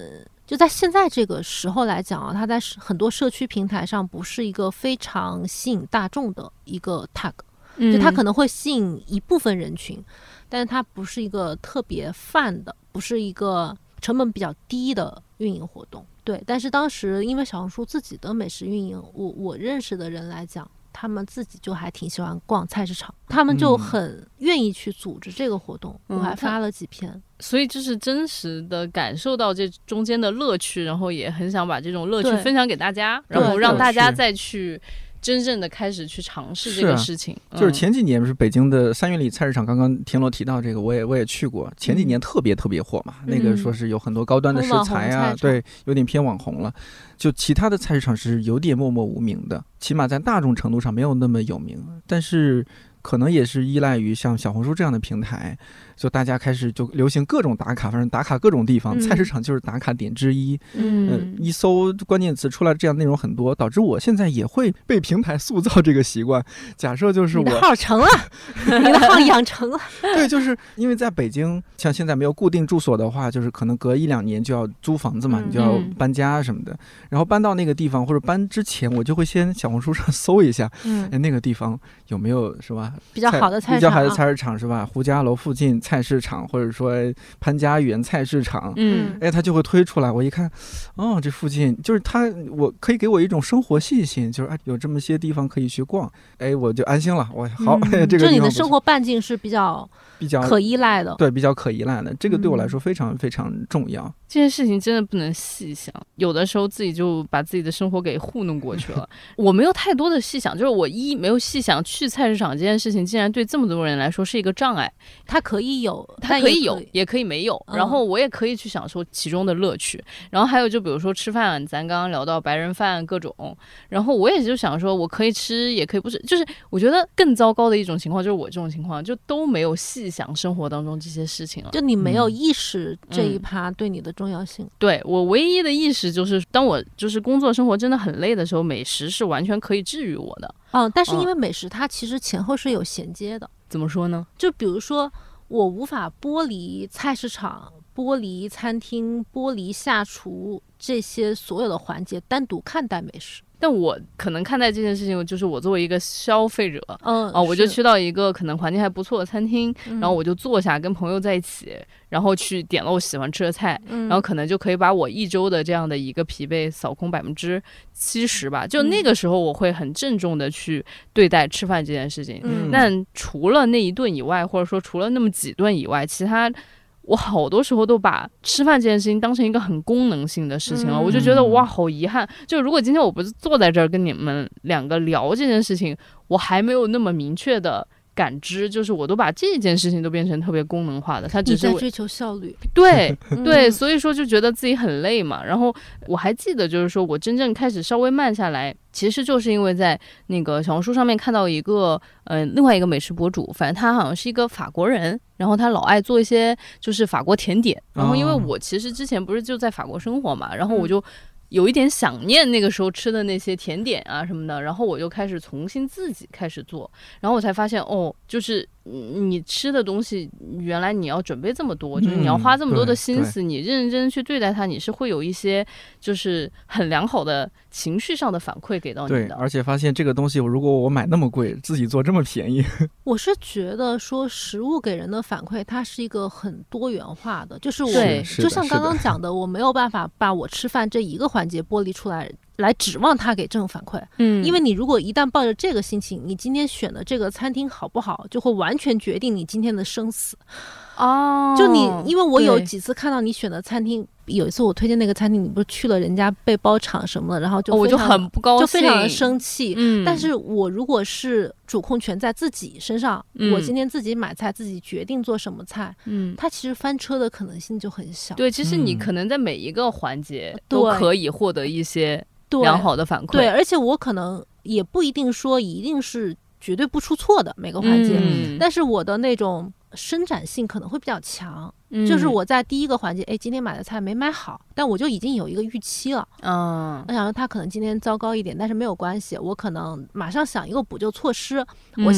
就在现在这个时候来讲啊，它在很多社区平台上不是一个非常吸引大众的一个 tag，、嗯、就它可能会吸引一部分人群，但是它不是一个特别泛的，不是一个成本比较低的运营活动。对，但是当时因为小红书自己的美食运营，我我认识的人来讲，他们自己就还挺喜欢逛菜市场，他们就很愿意去组织这个活动、嗯、我还发了几篇、嗯、 所以就是真实的感受到这中间的乐趣，然后也很想把这种乐趣分享给大家，然后让大家再去真正的开始去尝试这个事情、 啊嗯、就是前几年不是北京的三元里菜市场，刚刚田螺提到这个，我也我也去过，前几年特别特别火嘛、嗯、那个说是有很多高端的食材啊、嗯、对，有点偏网红了，就其他的菜市场是有点默默无名的，起码在大众程度上没有那么有名，但是可能也是依赖于像小红书这样的平台，就大家开始就流行各种打卡，反正打卡各种地方、嗯、菜市场就是打卡点之一。嗯、呃，一搜关键词出来这样内容很多，导致我现在也会被平台塑造这个习惯。假设就是我你的号成了你的号养成了对，就是因为在北京像现在没有固定住所的话，就是可能隔一两年就要租房子嘛、嗯、你就要搬家什么的，然后搬到那个地方或者搬之前我就会先小红书上搜一下，嗯，哎，那个地方有没有是吧比较好的菜市场， 比较好的菜市场是吧？胡家楼附近菜市场，或者说潘家园菜市场，嗯，哎，他就会推出来。我一看，哦，这附近就是他，我可以给我一种生活信心，就是哎，有这么些地方可以去逛，哎，我就安心了。我好，嗯、这个就你的生活半径是比较比较可依赖的， 对，比较可依赖的，这个对我来说非常非常重要。嗯、 这件事情真的不能细想，有的时候自己就把自己的生活给糊弄过去了。我没有太多的细想，就是我一没有细想去菜市场这件事情，竟然对这么多人来说是一个障碍。 它可以有， 它可以有，也可以没有。然后我也可以去享受其中的乐趣。然后还有就比如说吃饭，咱刚刚聊到白人饭各种，然后我也就想说，我可以吃，也可以不吃。就是我觉得更糟糕的一种情况，就是我这种情况就都没有细想生活当中这些事情了， 就你没有意识这一趴对你的重要性。 嗯、对，我唯一的意识就是，当我就是工作生活真的很累的时候，美食是完全可以治愈我的。 嗯，但是因为美食它其实前后是有衔接的。 怎么说呢？ 就比如说我无法剥离菜市场、剥离餐厅、剥离下厨这些所有的环节单独看待美食。 但我可能看待这件事情，就是我作为一个消费者， 嗯， 啊，我就去到一个可能环境还不错的餐厅，嗯、然后我就坐下跟朋友在一起，然后去点了我喜欢吃的菜，嗯、然后可能就可以把我一周的这样的一个疲惫扫空百分之七十吧。就那个时候，我会很郑重的去对待吃饭这件事情。嗯，但除了那一顿以外，或者说除了那么几顿以外，其他。我好多时候都把吃饭这件事情当成一个很功能性的事情了、嗯、我就觉得哇好遗憾，就如果今天我不是坐在这儿跟你们两个聊这件事情，我还没有那么明确的感知，就是我都把这件事情都变成特别功能化的，它只是你在追求效率。 对对，所以说就觉得自己很累嘛。然后我还记得就是说我真正开始稍微慢下来，其实就是因为在那个小红书上面看到一个呃另外一个美食博主，反正他好像是一个法国人，然后他老爱做一些就是法国甜点，然后因为我其实之前不是就在法国生活嘛，然后我就有一点想念那个时候吃的那些甜点啊什么的，然后我就开始重新自己开始做，然后我才发现哦，就是你吃的东西原来你要准备这么多，就是你要花这么多的心思，你认认真真去对待它，你是会有一些就是很良好的情绪上的反馈给到你的。 对，而且发现这个东西如果我买那么贵，自己做这么便宜。 我是觉得说食物给人的反馈它是一个很多元化的，就是我就像刚刚讲的，我没有办法把我吃饭这一个环节剥离出来来指望他给正反馈。嗯，因为你如果一旦抱着这个心情，你今天选的这个餐厅好不好，就会完全决定你今天的生死。 哦， 就你，因为我有几次看到你选的餐厅，有一次我推荐那个餐厅，你不是去了人家被包场什么的，然后就、 哦、我就很不高兴， 就非常的生气。嗯，但是我如果是主控权在自己身上，嗯、我今天自己买菜，自己决定做什么菜，嗯，它其实翻车的可能性就很小。 对，其实你可能在每一个环节都可以获得一些良好的反馈。 对，对，而且我可能也不一定说一定是绝对不出错的每个环节，嗯、但是我的那种伸展性可能会比较强，嗯、就是我在第一个环节，哎，今天买的菜没买好，但我就已经有一个预期了。嗯，我想说他可能今天糟糕一点，但是没有关系，我可能马上想一个补救措施。嗯、我现在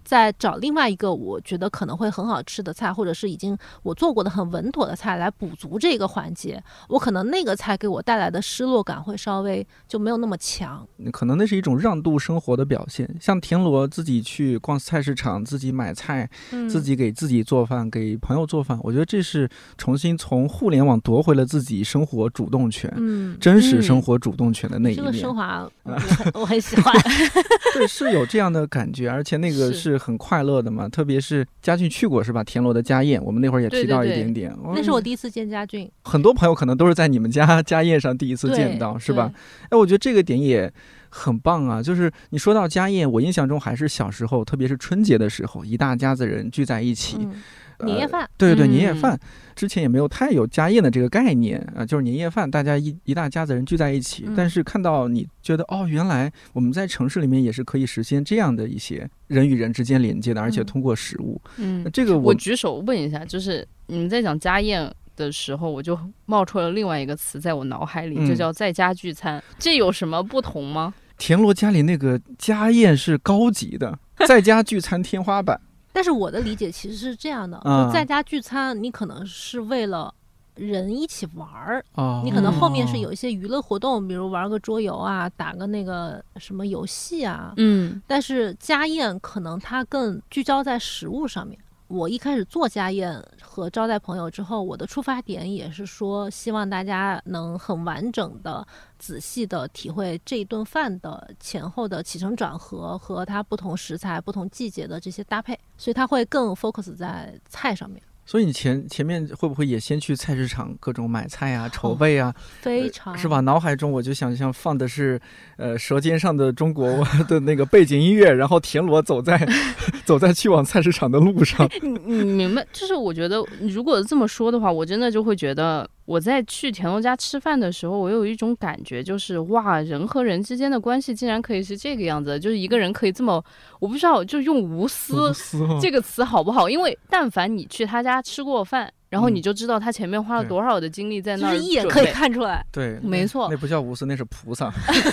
再找另外一个我觉得可能会很好吃的菜，或者是已经我做过的很稳妥的菜来补足这个环节，我可能那个菜给我带来的失落感会稍微就没有那么强。 可能那是一种让渡生活的表现，像田螺自己去逛菜市场，自己买菜、嗯、自己给自己做饭，给朋友做饭，我觉得这是重新从互联网夺回了自己生活主动权、嗯、真实生活主动权的那一面。 这个升华我很我很喜欢对，是有这样的感觉，而且那个是很快乐的嘛。特别是嘉俊去过是吧？田螺的家宴，我们那会儿也提到一点点。 对对对、那是我第一次见嘉俊， 很多朋友可能都是在你们家家宴上第一次见到，是吧？哎，我觉得这个点也很棒啊。就是你说到家宴，我印象中还是小时候，特别是春节的时候，一大家子人聚在一起。嗯年夜饭、呃、 对对对，年夜饭、嗯、之前也没有太有家宴的这个概念啊、呃，就是年夜饭大家一一大家子人聚在一起、嗯、但是看到你觉得哦，原来我们在城市里面也是可以实现这样的一些人与人之间连接的，而且通过食物。 嗯， 这个 我, 我举手问一下，就是你们在讲家宴的时候，我就冒出了另外一个词在我脑海里，就叫在家聚餐、嗯、这有什么不同吗？ 田螺家里那个家宴是高级的，在家聚餐天花板但是我的理解其实是这样的，就在家聚餐你可能是为了人一起玩儿、哦、你可能后面是有一些娱乐活动，比如玩个桌游啊，打个那个什么游戏啊，嗯，但是家宴可能它更聚焦在食物上面。我一开始做家宴和招待朋友之后，我的出发点也是说希望大家能很完整的仔细的体会这一顿饭的前后的起承转合和它不同食材不同季节的这些搭配，所以它会更 focus 在菜上面。 所以你前前面会不会也先去菜市场各种买菜啊、筹备啊？ 哦、非常、 呃、是吧？脑海中我就想象放的是呃《舌尖上的中国》的那个背景音乐，然后田螺走在走在去往菜市场的路上。 你你明白？就是我觉得如果这么说的话，我真的就会觉得我在去田螺家吃饭的时候，我有一种感觉，就是哇，人和人之间的关系竟然可以是这个样子，就是一个人可以这么，我不知道就用无私, 无私、哦、这个词好不好？因为但凡你去他家吃过饭，然后你就知道他前面花了多少的精力在那儿、嗯、 就是一眼可以看出来。 对， 没错， 那不叫无私，那是菩萨。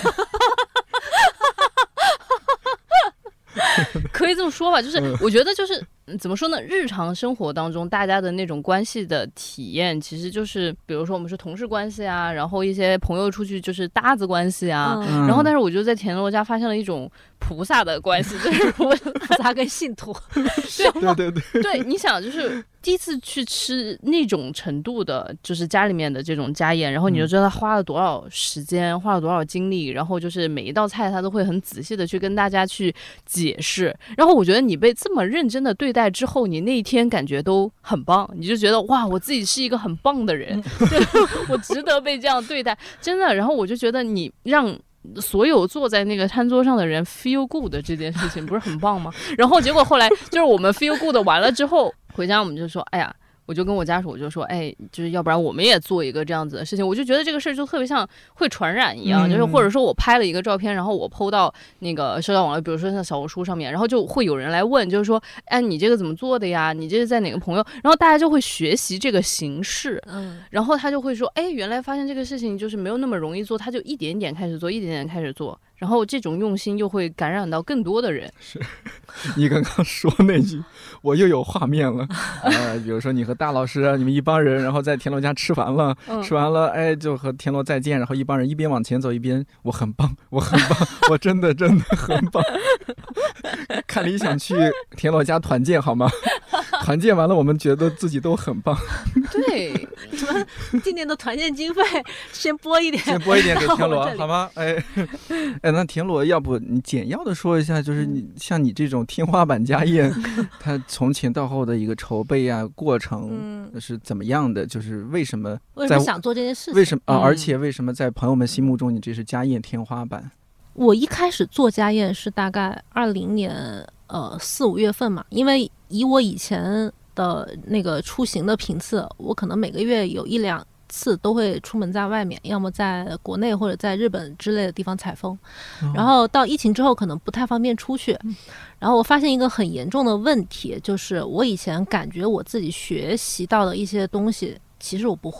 可以这么说吧，就是我觉得就是怎么说呢，日常生活当中大家的那种关系的体验，其实就是比如说我们是同事关系啊，然后一些朋友出去就是搭子关系啊、嗯、然后但是我就在田螺家发现了一种菩萨的关系，就是我菩萨跟信徒。 对对对对，你想就是第一次去吃那种程度的就是家里面的这种家宴，然后你就知道他花了多少时间、嗯、花了多少精力，然后就是每一道菜他都会很仔细的去跟大家去解释，然后我觉得你被这么认真的对待之后，你那一天感觉都很棒，你就觉得哇，我自己是一个很棒的人，对，我值得被这样对待，真的。然后我就觉得你让所有坐在那个餐桌上的人 feel good 的这件事情不是很棒吗？然后结果后来就是我们 feel good 完了之后回家，我们就说哎呀，我就跟我家属我就说，哎，就是要不然我们也做一个这样子的事情。我就觉得这个事儿就特别像会传染一样、嗯、就是或者说我拍了一个照片，然后我 po 到那个社交网络，比如说像小红书上面，然后就会有人来问，就是说哎，你这个怎么做的呀，你这是在哪个朋友，然后大家就会学习这个形式，嗯，然后他就会说哎，原来发现这个事情就是没有那么容易做，他就一点点开始做，一点点开始做，然后这种用心又会感染到更多的人。 是你刚刚说那句我又有画面了呃，比如说你和大老师啊，你们一帮人然后在田螺家吃完了、嗯、吃完了哎，就和田螺再见，然后一帮人一边往前走一边我很棒我很棒我真的真的很棒看理想去田螺家团建好吗？团建完了我们觉得自己都很棒。 对， 你们今年的团建经费先拨一点， 先拨一点给田螺好吗？哎哎，那田螺要不你简要的说一下，就是你、嗯、像你这种天花板家宴它从前到后的一个筹备啊过程是怎么样的、嗯、就是为什么为什么想做这件事情， 为什么、啊嗯、而且为什么在朋友们心目中你这是家宴天花板？ 我一开始做家宴是大概二零年呃四五月份嘛，因为以我以前的那个出行的频次，我可能每个月有一两次都会出门在外面，要么在国内或者在日本之类的地方采风、哦、然后到疫情之后可能不太方便出去、嗯、然后我发现一个很严重的问题，就是我以前感觉我自己学习到的一些东西其实我不会，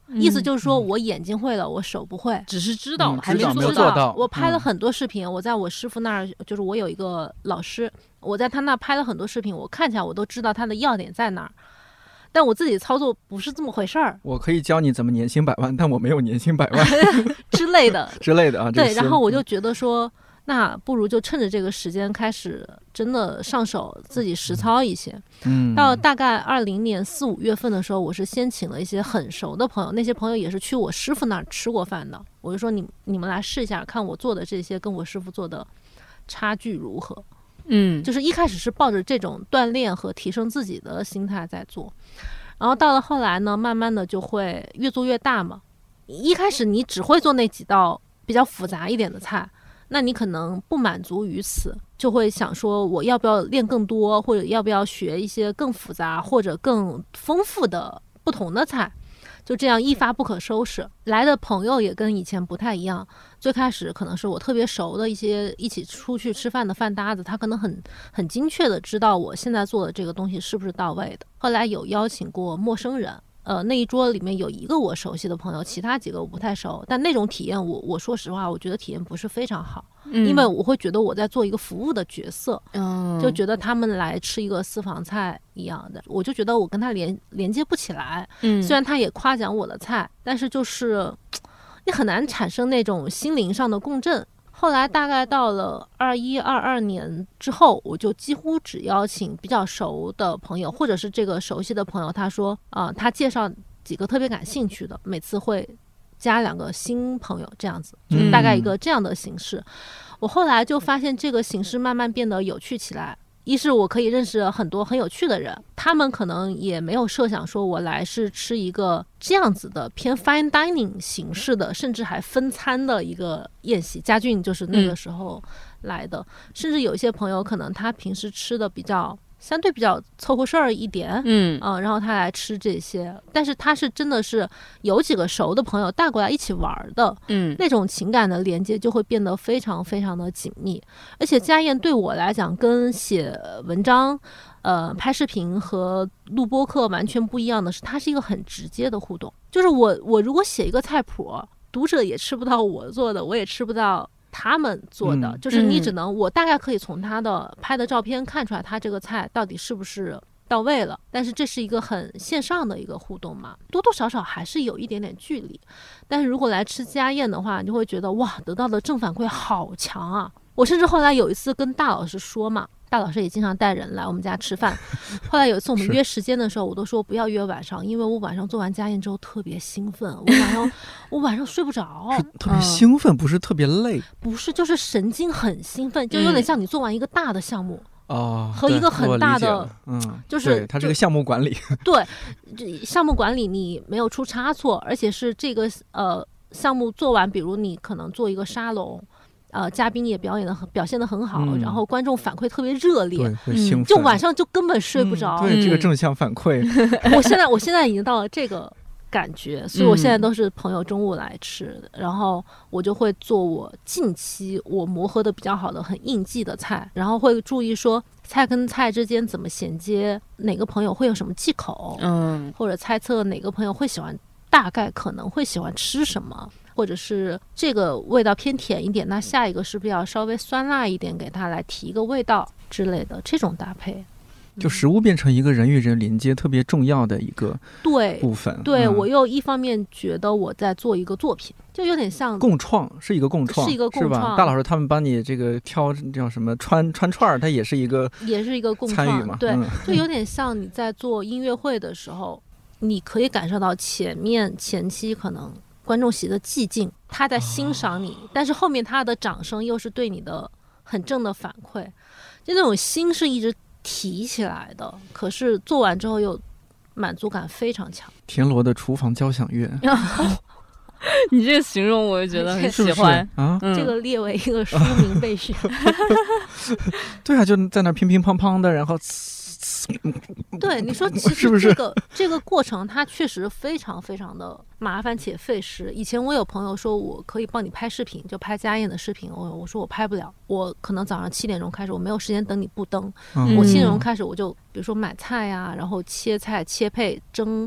意思就是说我眼睛会了，我手不会， 只是知道， 嗯还没知道没有做做到我拍了嗯很多视频，我在我师傅那儿，就是我有一个老师，我在他那拍了很多视频，我看起来我都知道他的要点在哪儿，但我自己操作不是这么回事儿我可以教你怎么年薪百万，但我没有年薪百万之类的。 之类的啊。这对， 些然后我就觉得说，那不如就趁着这个时间开始真的上手自己实操一些。 嗯， 到大概二零年四五月份的时候，我是先请了一些很熟的朋友，那些朋友也是去我师傅那儿吃过饭的，我就说你你们来试一下，看我做的这些跟我师傅做的差距如何。 嗯， 就是一开始是抱着这种锻炼和提升自己的心态在做，然后到了后来呢，慢慢的就会越做越大嘛。一开始你只会做那几道比较复杂一点的菜，那你可能不满足于此，就会想说我要不要练更多，或者要不要学一些更复杂或者更丰富的不同的菜，就这样一发不可收拾。来的朋友也跟以前不太一样，最开始可能是我特别熟的一些一起出去吃饭的饭搭子，他可能很很精确的知道我现在做的这个东西是不是到位的。后来有邀请过陌生人，呃，那一桌里面有一个我熟悉的朋友，其他几个我不太熟，但那种体验我我说实话，我觉得体验不是非常好， 嗯因为我会觉得我在做一个服务的角色， 嗯就觉得他们来吃一个私房菜一样的，我就觉得我跟他连连接不起来。 嗯虽然他也夸奖我的菜，但是就是你很难产生那种心灵上的共振。后来大概到了二一二二年之后，我就几乎只邀请比较熟的朋友，或者是这个熟悉的朋友，他说啊、呃，他介绍几个特别感兴趣的，每次会加两个新朋友，这样子，就大概一个这样的形式。我后来就发现这个形式慢慢变得有趣起来。一是我可以认识很多很有趣的人，他们可能也没有设想说我来是吃一个这样子的偏 fine dining 形式的，甚至还分餐的一个宴席。家俊就是那个时候来的，嗯、甚至有一些朋友可能他平时吃的比较相对比较凑合事儿一点， 嗯啊、呃，然后他来吃这些，但是他是真的是有几个熟的朋友带过来一起玩的， 嗯， 那种情感的连接就会变得非常非常的紧密。而且家宴对我来讲，跟写文章、呃拍视频和录播课完全不一样的是，它是一个很直接的互动。就是我我如果写一个菜谱，读者也吃不到我做的，我也吃不到他们做的， 嗯、 就是你只能、嗯、我大概可以从他的拍的照片看出来他这个菜到底是不是到位了，但是这是一个很线上的一个互动嘛，多多少少还是有一点点距离。但是如果来吃家宴的话，你就会觉得哇，得到的正反馈好强啊！我甚至后来有一次跟大老师说嘛，大老师也经常带人来我们家吃饭。后来有一次我们约时间的时候，我都说不要约晚上，因为我晚上做完家宴之后特别兴奋，我晚上我晚上睡不着， 是特别兴奋、嗯，不是特别累， 不是，就是神经很兴奋，就有点像你做完一个大的项目。 哦， 和一个很大的， 嗯， 就是它这个项目管理， 对，这项目管理你没有出差错，而且是这个呃项目做完，比如你可能做一个沙龙，呃，嘉宾也表演的很表现的很好、嗯，然后观众反馈特别热烈， 对，会兴奋、嗯， 就晚上就根本睡不着。 嗯、对、嗯，这个正向反馈， 我现在我现在已经到了这个感觉，所以我现在都是朋友中午来吃、嗯、然后我就会做我近期我磨合的比较好的很应季的菜，然后会注意说菜跟菜之间怎么衔接，哪个朋友会有什么忌口， 嗯， 或者猜测哪个朋友会喜欢，大概可能会喜欢吃什么，或者是这个味道偏甜一点，那下一个是不是要稍微酸辣一点，给它来提一个味道之类的，这种搭配。 就食物变成一个人与人连接特别重要的一个部分。 对，对、 嗯、 我又一方面觉得我在做一个作品，就有点像共创，是一个共创， 是一个共创， 是吧？大老师他们帮你这个挑叫什么穿穿串，它也是一个也是一个共创参与嘛。 对、 嗯， 就有点像你在做音乐会的时候，你可以感受到前面前期可能观众席的寂静，他在欣赏你、哦，但是后面他的掌声又是对你的很正的反馈，就那种心是一直提起来的，可是做完之后又满足感非常强。 田螺的厨房交响乐你这个形容我就觉得很喜欢是是啊、 嗯，这个列为一个书名备选对啊，就在那乒乒乓乓的，然后对你说其实这个这个过程它确实非常非常的麻烦且费时。以前我有朋友说我可以帮你拍视频，就拍家宴的视频，我我说我拍不了，我可能早上七点钟开始，我没有时间等你布灯、嗯、我七点钟开始我就比如说买菜呀、啊，然后切菜切配蒸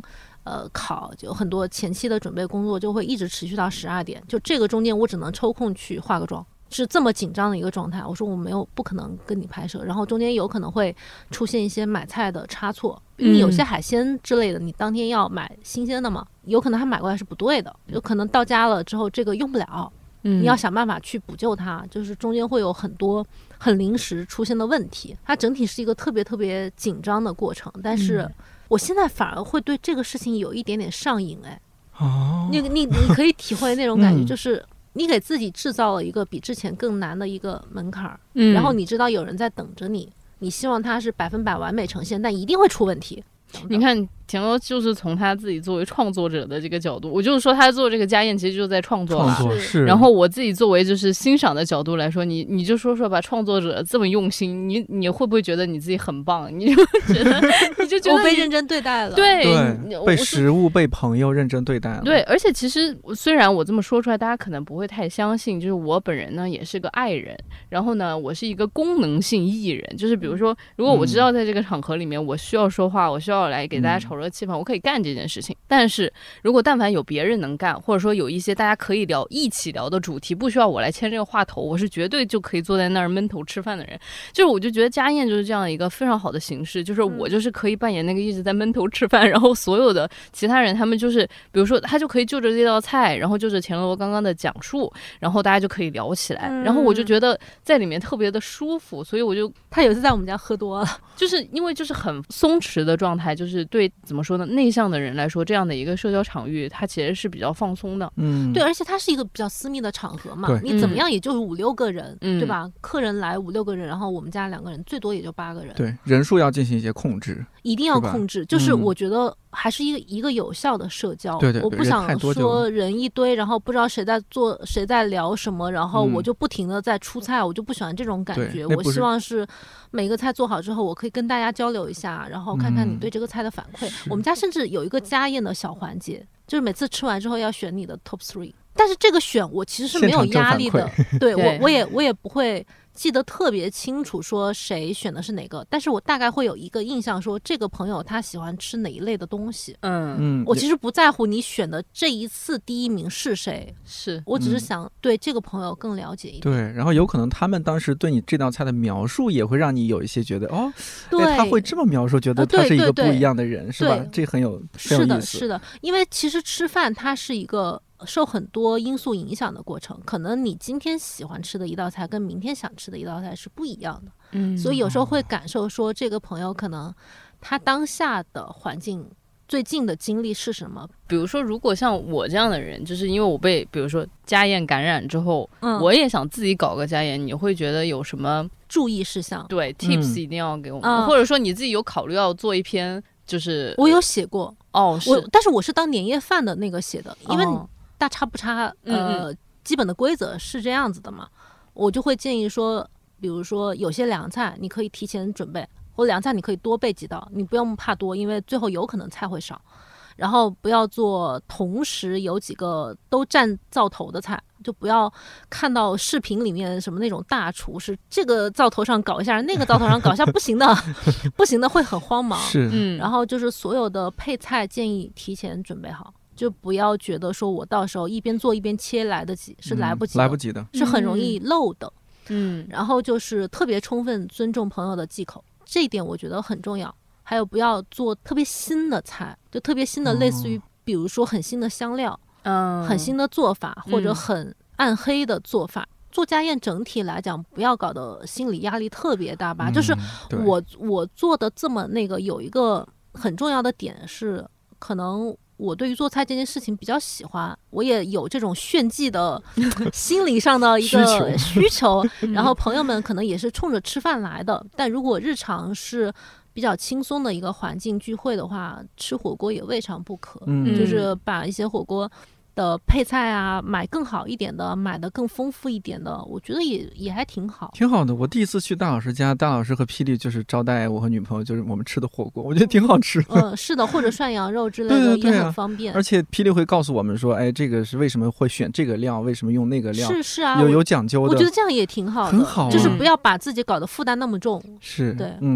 呃考，就很多前期的准备工作就会一直持续到十二点，就这个中间我只能抽空去化个妆。是这么紧张的一个状态，我说我没有不可能跟你拍摄，然后中间有可能会出现一些买菜的差错，因为有些海鲜之类的，你当天要买新鲜的嘛，有可能他买过来是不对的，有可能到家了之后这个用不了，你要想办法去补救它，就是中间会有很多很临时出现的问题，它整体是一个特别特别紧张的过程。但是我现在反而会对这个事情有一点点上瘾，哎，哦，你你你可以体会那种感觉，就是你给自己制造了一个比之前更难的一个门槛，嗯，然后你知道有人在等着你，你希望它是百分百完美呈现，但一定会出问题。 你看田螺就是从他自己作为创作者的这个角度，我就是说他做这个家宴其实就是在创作嘛， 创作是。 然后我自己作为就是欣赏的角度来说，你你就说说吧，创作者这么用心，你你会不会觉得你自己很棒？你就觉得你就觉得我被认真对待了， 对， 对，被食物被朋友认真对待了。 对，而且其实虽然我这么说出来，大家可能不会太相信，就是我本人呢也是个爱人，然后呢我是一个功能性艺人，就是比如说，如果我知道在这个场合里面我需要说话，我需要来给大家炒热气氛，我可以干这件事情。但是如果但凡有别人能干，或者说有一些大家可以聊一起聊的主题，不需要我来牵这个话头，我是绝对就可以坐在那儿闷头吃饭的人。就是我就觉得家宴就是这样一个非常好的形式，就是我就是可以扮演那个一直在闷头吃饭，然后所有的其他人他们就是比如说他就可以就着这道菜，然后就着田螺刚刚的讲述，然后大家就可以聊起来，然后我就觉得在里面特别的舒服。所以我就他有一次在我们家喝多了， 就是因为就是很松弛的状态，就是对怎么说呢，内向的人来说，这样的一个社交场域它其实是比较放松的。 嗯， 对，而且它是一个比较私密的场合嘛，你怎么样也就是五六个人、嗯、对吧？客人来五六个人，然后我们家两个人，最多也就八个人。 对，人数要进行一些控制， 一定要控制。就是我觉得还是一个、嗯、一个有效的社交。 对对对， 我不想说人一堆，然后不知道谁在做谁在聊什么，然后我就不停的在出菜、嗯、我就不喜欢这种感觉。我希望是每个菜做好之后，我可以跟大家交流一下，然后看看你对这个菜的反馈。嗯、我们家甚至有一个家宴的小环节，就是每次吃完之后要选你的 top three， 但是这个选我其实是没有压力的，对我我也我也不会记得特别清楚说谁选的是哪个，但是我大概会有一个印象说这个朋友他喜欢吃哪一类的东西。 嗯嗯， 我其实不在乎你选的这一次第一名是谁， 是我只是想对这个朋友更了解一点。 对，然后有可能他们当时对你这道菜的描述也会让你有一些觉得哦， 对， 他会这么描述，觉得他是一个不一样的人， 呃、 是吧？这很有是的，是的，因为其实吃饭它是一个受很多因素影响的过程，可能你今天喜欢吃的一道菜跟明天想吃的一道菜是不一样的。嗯，所以有时候会感受说这个朋友可能他当下的环境最近的经历是什么。 比如说如果像我这样的人，就是因为我被比如说家宴感染之后、嗯、我也想自己搞个家宴，你会觉得有什么注意事项？对 tips 一定要给我们、嗯、或者说你自己有考虑要做一篇，就是我有写过哦，是， 我但是我是当年夜饭的那个写的，因为大差不差，呃、嗯，基本的规则是这样子的嘛。我就会建议说，比如说有些凉菜你可以提前准备，或凉菜你可以多备几道，你不用怕多，因为最后有可能菜会少。然后不要做同时有几个都占灶头的菜，就不要看到视频里面什么那种大厨是这个灶头上搞一下，那个灶头上搞一下，不行的，不行的会很慌忙。 是， 嗯。然后就是所有的配菜建议提前准备好。就不要觉得说我到时候一边做一边切来得及，是来不及的、 嗯、来不及的， 是很容易漏的。 嗯， 然后就是特别充分尊重朋友的忌口，这一点我觉得很重要。还有不要做特别新的菜，就特别新的，类似于比如说很新的香料，嗯，很新的做法，或者很暗黑的做法。嗯、做家宴整体来讲，不要搞得心理压力特别大吧。嗯、就是我我做的这么那个，有一个很重要的点是，可能我对于做菜这件事情比较喜欢，我也有这种炫技的心理上的一个需求，然后朋友们可能也是冲着吃饭来的，但如果日常是比较轻松的一个环境聚会的话，吃火锅也未尝不可。嗯，就是把一些火锅的配菜啊买更好一点的，买的更丰富一点的，我觉得也也还挺好， 挺好的。我第一次去大老师家，大老师和霹雳就是招待我和女朋友，就是我们吃的火锅，我觉得挺好吃的。 嗯，是的，或者涮羊肉之类的对对对、啊、 也很方便。 而且霹雳会告诉我们说，哎，这个是为什么会选这个料，为什么用那个料， 是是啊， 有有讲究的。 我觉得这样也挺好的， 很好、啊， 就是不要把自己搞得负担那么重。 是， 对， 嗯，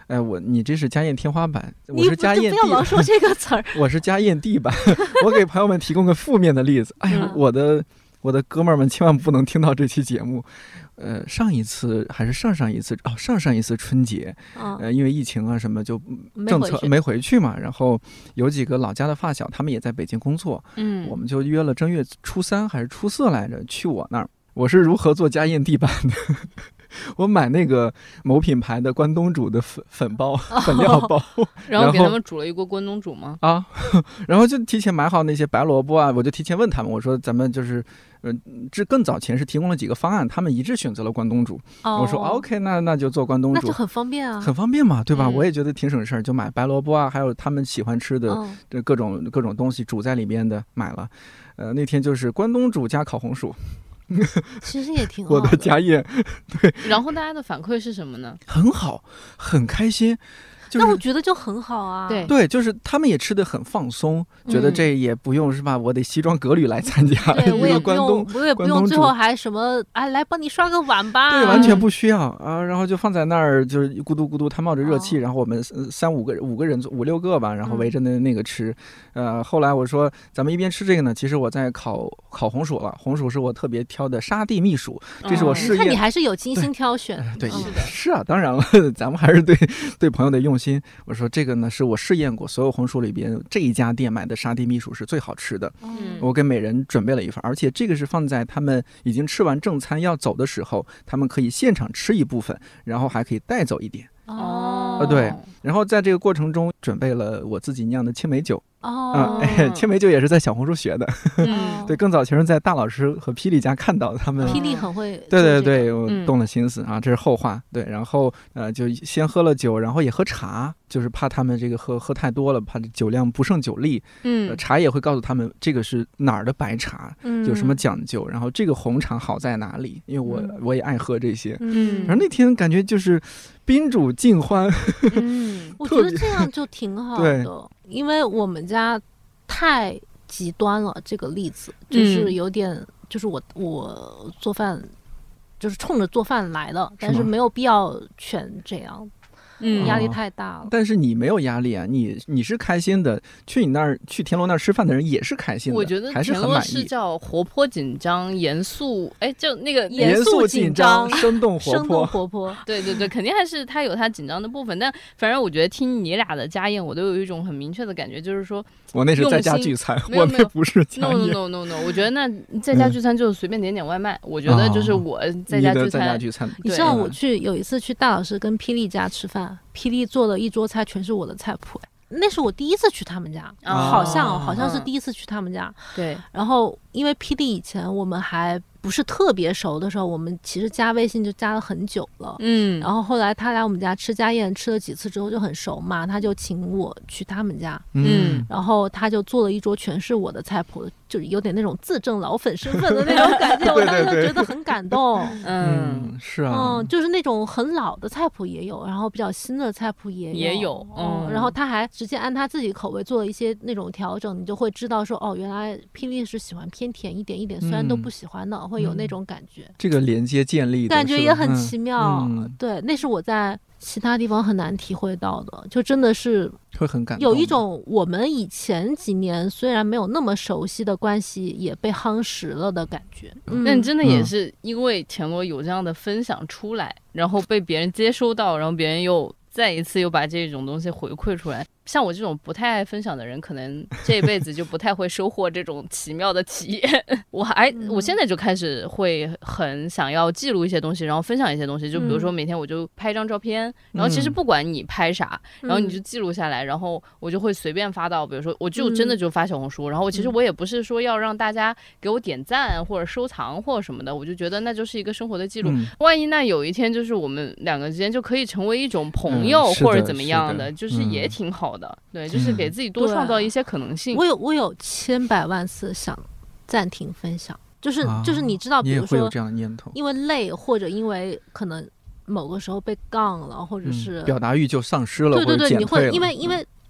哎，我你这是家宴天花板，我是家宴地， 不要老说这个词儿， 我是家宴地板。我给朋友们提供个负面的例子。哎呀，嗯、我的我的哥们儿们千万不能听到这期节目。呃，上一次还是上上一次哦，上上一次春节，哦、呃，因为疫情啊什么就政策没回去嘛，然后有几个老家的发小，他们也在北京工作，嗯，我们就约了正月初三还是初四来着，去我那儿。我是如何做家宴地板的？我买那个某品牌的关东煮的粉粉包、哦、粉料包， 然后给他们煮了一锅关东煮吗？ 啊，然后就提前买好那些白萝卜啊，我就提前问他们，我说咱们就是，呃，这更早前是提供了几个方案，他们一致选择了关东煮。哦、我说 OK， 那那就做关东煮， 那就很方便啊， 很方便嘛，对吧？嗯、我也觉得挺省事儿，就买白萝卜啊，还有他们喜欢吃的这各种、哦、各种东西煮在里边的买了。呃，那天就是关东煮加烤红薯。 其实也挺好的， 我的家宴，对。 然后大家的反馈是什么呢？ 很好，很开心。就是、 那我觉得就很好啊， 对对，就是他们也吃得很放松，嗯、觉得这也不用是吧？我得西装革履来参加， 对，我也不用，我也不用，最后还什么哎，来帮你刷个碗吧， 对，完全不需要啊。然后就放在那儿，就是咕嘟咕嘟，它冒着热气，哦、然后我们三五个五个人五六个吧，然后围着那那个吃。嗯、呃，后来我说咱们一边吃这个呢，其实我在烤烤红薯了，红薯是我特别挑的沙地蜜薯，这是我试验。 你看你还是有精心挑选， 对，对是的， 是啊，当然了，咱们还是对对朋友的用心。我说。这个呢是我试验过所有红薯里边这一家店买的沙地蜜薯是最好吃的，嗯，我给每人准备了一份，而且这个是放在他们已经吃完正餐要走的时候，他们可以现场吃一部分，然后还可以带走一点。 哦， 呃，对，然后在这个过程中准备了我自己酿的青梅酒。 哦、 嗯哎，青梅酒也是在小红书学的， 嗯、 对，更早前是在大老师和霹雳家看到他们， 霹雳很会、 这个，对对对，我动了心思、嗯、啊，这是后话，对，然后呃就先喝了酒，然后也喝茶，就是怕他们这个喝喝太多了，怕酒量不胜酒力，嗯、呃，茶也会告诉他们这个是哪儿的白茶，嗯，有什么讲究，然后这个红茶好在哪里，因为我、嗯、我也爱喝这些，嗯，然后那天感觉就是宾主尽欢， 嗯，我觉得这样就挺好的。因为我们家太极端了，这个例子就是有点，嗯、就是我我做饭就是冲着做饭来的，但是没有必要全这样。嗯，压力太大了、哦。 但是你没有压力啊，你你是开心的。去你那儿去田螺那儿吃饭的人也是开心的。 我觉得田螺是叫活泼紧张、严肃，哎，就那个严肃紧张、生动活泼、 生动活泼。 对对对，肯定还是它有它紧张的部分。但反正我觉得听你俩的家宴，我都有一种很明确的感觉，就是说， 我那是在家聚餐，我那不是家宴。 No no no no， 我觉得那在家聚餐就随便点点外卖。嗯、我觉得就是我在家聚餐。 在家聚餐， 你知道我去有一次去大老师跟霹雳家吃饭。霹雳做了一桌菜，全是我的菜谱，那是我第一次去他们家，哦、好像好像是第一次去他们家。 对、嗯， 然后因为霹雳以前我们还不是特别熟的时候，我们其实加微信就加了很久了。嗯，然后后来他来我们家吃家宴，吃了几次之后就很熟嘛，他就请我去他们家。嗯，然后他就做了一桌全是我的菜谱，就是有点那种自证老粉身份的那种感觉，我当时就觉得很感动。 嗯，是啊， 嗯，就是那种很老的菜谱也有，然后比较新的菜谱也有， 也有。 嗯，然后他还直接按他自己口味做了一些那种调整，你就会知道说，哦，原来霹雳是喜欢偏甜一点，一点酸都不喜欢的，嗯、会有那种感觉。 嗯、这个连接建立的感觉也很奇妙。 嗯、 对，那是我在其他地方很难体会到的，就真的是会很感动， 有一种我们以前几年虽然没有那么熟悉的关系也被夯实了的感觉。 嗯、那你真的也是因为田螺有这样的分享出来，嗯、然后被别人接收到，然后别人又再一次又把这种东西回馈出来。像我这种不太爱分享的人，可能这一辈子就不太会收获这种奇妙的体验。我还我现在就开始会很想要记录一些东西，然后分享一些东西。就比如说每天我就拍一张照片，然后其实不管你拍啥，然后你就记录下来，然后我就会随便发到，比如说我就真的就发小红书。然后其实我也不是说要让大家给我点赞或者收藏或者什么的，我就觉得那就是一个生活的记录。万一那有一天就是我们两个之间就可以成为一种朋友或者怎么样的，就是也挺好的。对，就是给自己多创造一些可能性。 我有我有千百万次想暂停分享，就是、啊、就是你知道，比如说你也会有这样的念头， 因为累或者因为可能某个时候被杠了，或者是、 嗯、表达欲就丧失了， 对对对， 或者减退了， 你会因为因为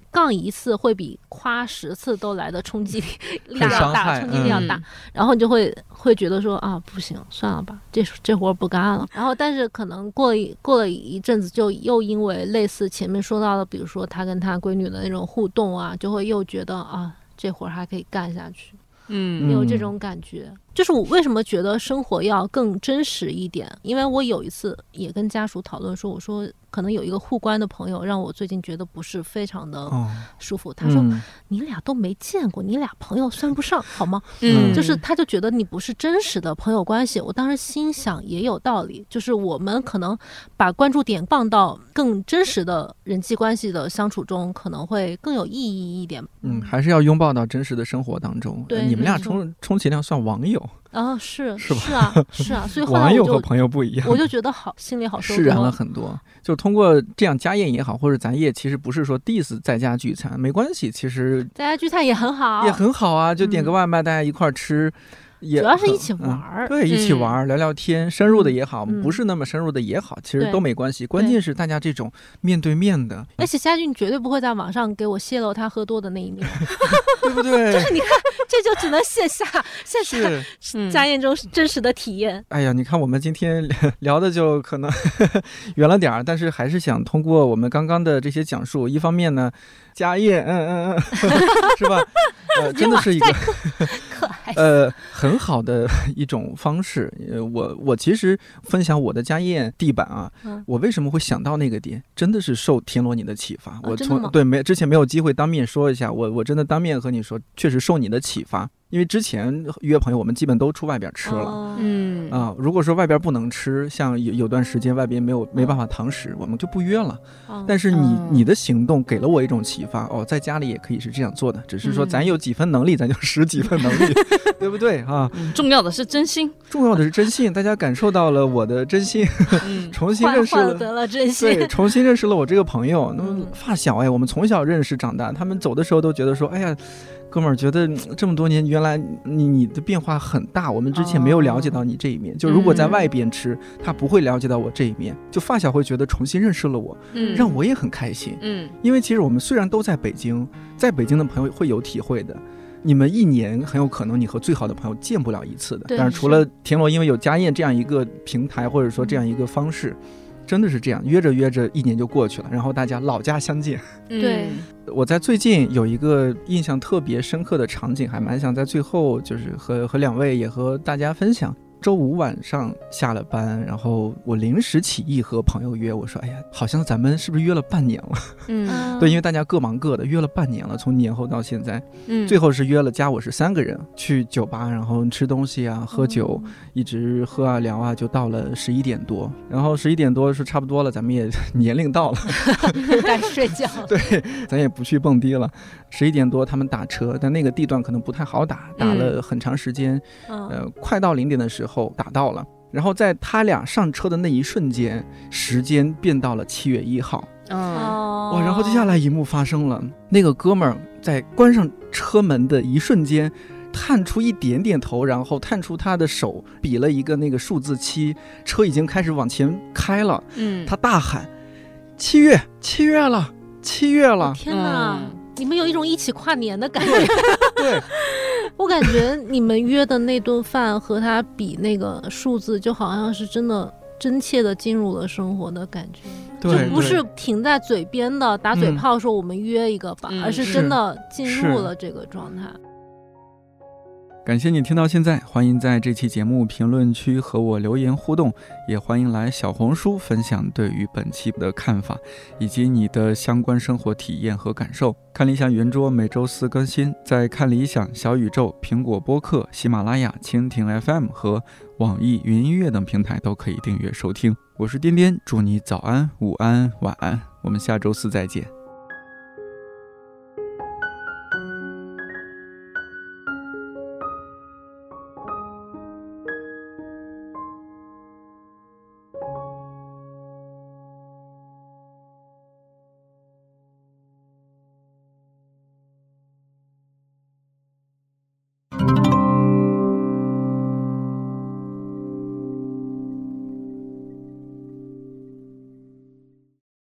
杠一次会比夸十次都来的冲击力很大， 大冲击力要大、嗯、然后你就会会觉得说啊不行算了吧，这这活不干了。然后但是可能过了过了一阵子，就又因为类似前面说到的，比如说他跟他闺女的那种互动啊，就会又觉得啊这活还可以干下去。嗯，有这种感觉。就是我为什么觉得生活要更真实一点，因为我有一次也跟家属讨论说，我说可能有一个互关的朋友让我最近觉得不是非常的舒服、哦、他说、嗯、你俩都没见过，你俩朋友算不上好吗？嗯，就是他就觉得你不是真实的朋友关系。我当时心想也有道理，就是我们可能把关注点放到更真实的人际关系的相处中，可能会更有意义一点。 嗯，还是要拥抱到真实的生活当中。 对， 你们俩充充其量算网友啊，是是吧？ 是啊，是啊，所以后来网友和朋友不一样， 我就觉得好，心里好受， 释然了很多。就通过这样家宴也好，或者咱也其实不是说 diss 在家聚餐，没关系，其实在家聚餐也很好， 也很好啊，就点个外卖，大家一块吃。也主要是一起玩、嗯、 对，一起玩、嗯、聊聊天，深入的也好、嗯、不是那么深入的也好，其实都没关系，关键是大家这种面对面的。 而且家俊绝对不会在网上给我泄露他喝多的那一面对不对？ 就是你看，这就只能线下线下家宴中真实的体验、嗯、 哎呀，你看我们今天聊的就可能远了点，但是还是想通过我们刚刚的这些讲述，一方面呢家宴嗯嗯嗯是吧，呃，真的是一个呃很好的一种方式。呃，我我其实分享我的家宴地板啊、嗯，我为什么会想到那个点，真的是受田螺你的启发。我从、哦、对没之前没有机会当面说一下，我我真的当面和你说，确实受你的启发。因为之前约朋友，我们基本都出外边吃了，嗯、哦、啊，如果说外边不能吃，像有有段时间外边没有没办法堂食，我们就不约了。哦、但是你、嗯、你的行动给了我一种启发，哦，在家里也可以是这样做的，只是说咱有几分能力，嗯、咱就使几分能力，对不对啊、 嗯？重要的是真心， 重要的是真心，大家感受到了我的真心，嗯、重新认识了， 换得了真心， 对，重新认识了我这个朋友。那么发小哎，我们从小认识长大，他们走的时候都觉得说，哎呀。哥们儿觉得这么多年原来你你的变化很大，我们之前没有了解到你这一面、哦、就如果在外边吃、嗯、他不会了解到我这一面，就发小会觉得重新认识了我、嗯、让我也很开心。嗯，因为其实我们虽然都在北京，在北京的朋友会有体会的，你们一年很有可能你和最好的朋友见不了一次的，但是除了田螺因为有家宴这样一个平台或者说这样一个方式、嗯，真的是这样，约着约着一年就过去了，然后大家老家相见。 对， 我在最近有一个印象特别深刻的场景，还蛮想在最后就是和和两位也和大家分享。周五晚上下了班，然后我临时起意和朋友约，我说哎呀，好像咱们是不是约了半年了？嗯，对，因为大家各忙各的，约了半年了，从年后到现在，嗯，最后是约了加我是三个人去酒吧，然后吃东西啊，喝酒，嗯、一直喝啊聊啊，就到了十一点多，然后十一点多是差不多了，咱们也年龄到了， 该睡觉了， 对，咱也不去蹦迪了。十一点多他们打车，但那个地段可能不太好打，打了很长时间，嗯、呃，快到零点的时候打到了，然后在他俩上车的那一瞬间，时间变到了七月一号。哦，哇！然后接下来一幕发生了，那个哥们儿在关上车门的一瞬间，探出一点点头，然后探出他的手，比了一个那个数字七，车已经开始往前开了。嗯，他大喊：“七月，七月了，七月了！” 天哪！嗯，你们有一种一起跨年的感觉。 对， 我感觉你们约的那顿饭和他比那个数字，就好像是真的真切的进入了生活的感觉。 对， 就不是停在嘴边的打嘴炮说我们约一个吧，嗯、而是真的进入了这个状态。 感谢你听到现在，欢迎在这期节目评论区和我留言互动，也欢迎来小红书分享对于本期的看法以及你的相关生活体验和感受。看理想圆桌每周四更新，在看理想、小宇宙、苹果播客、喜马拉雅、蜻蜓 F M 和网易云音乐等平台都可以订阅收听。我是颠颠，祝你早安、午安、晚安，我们下周四再见。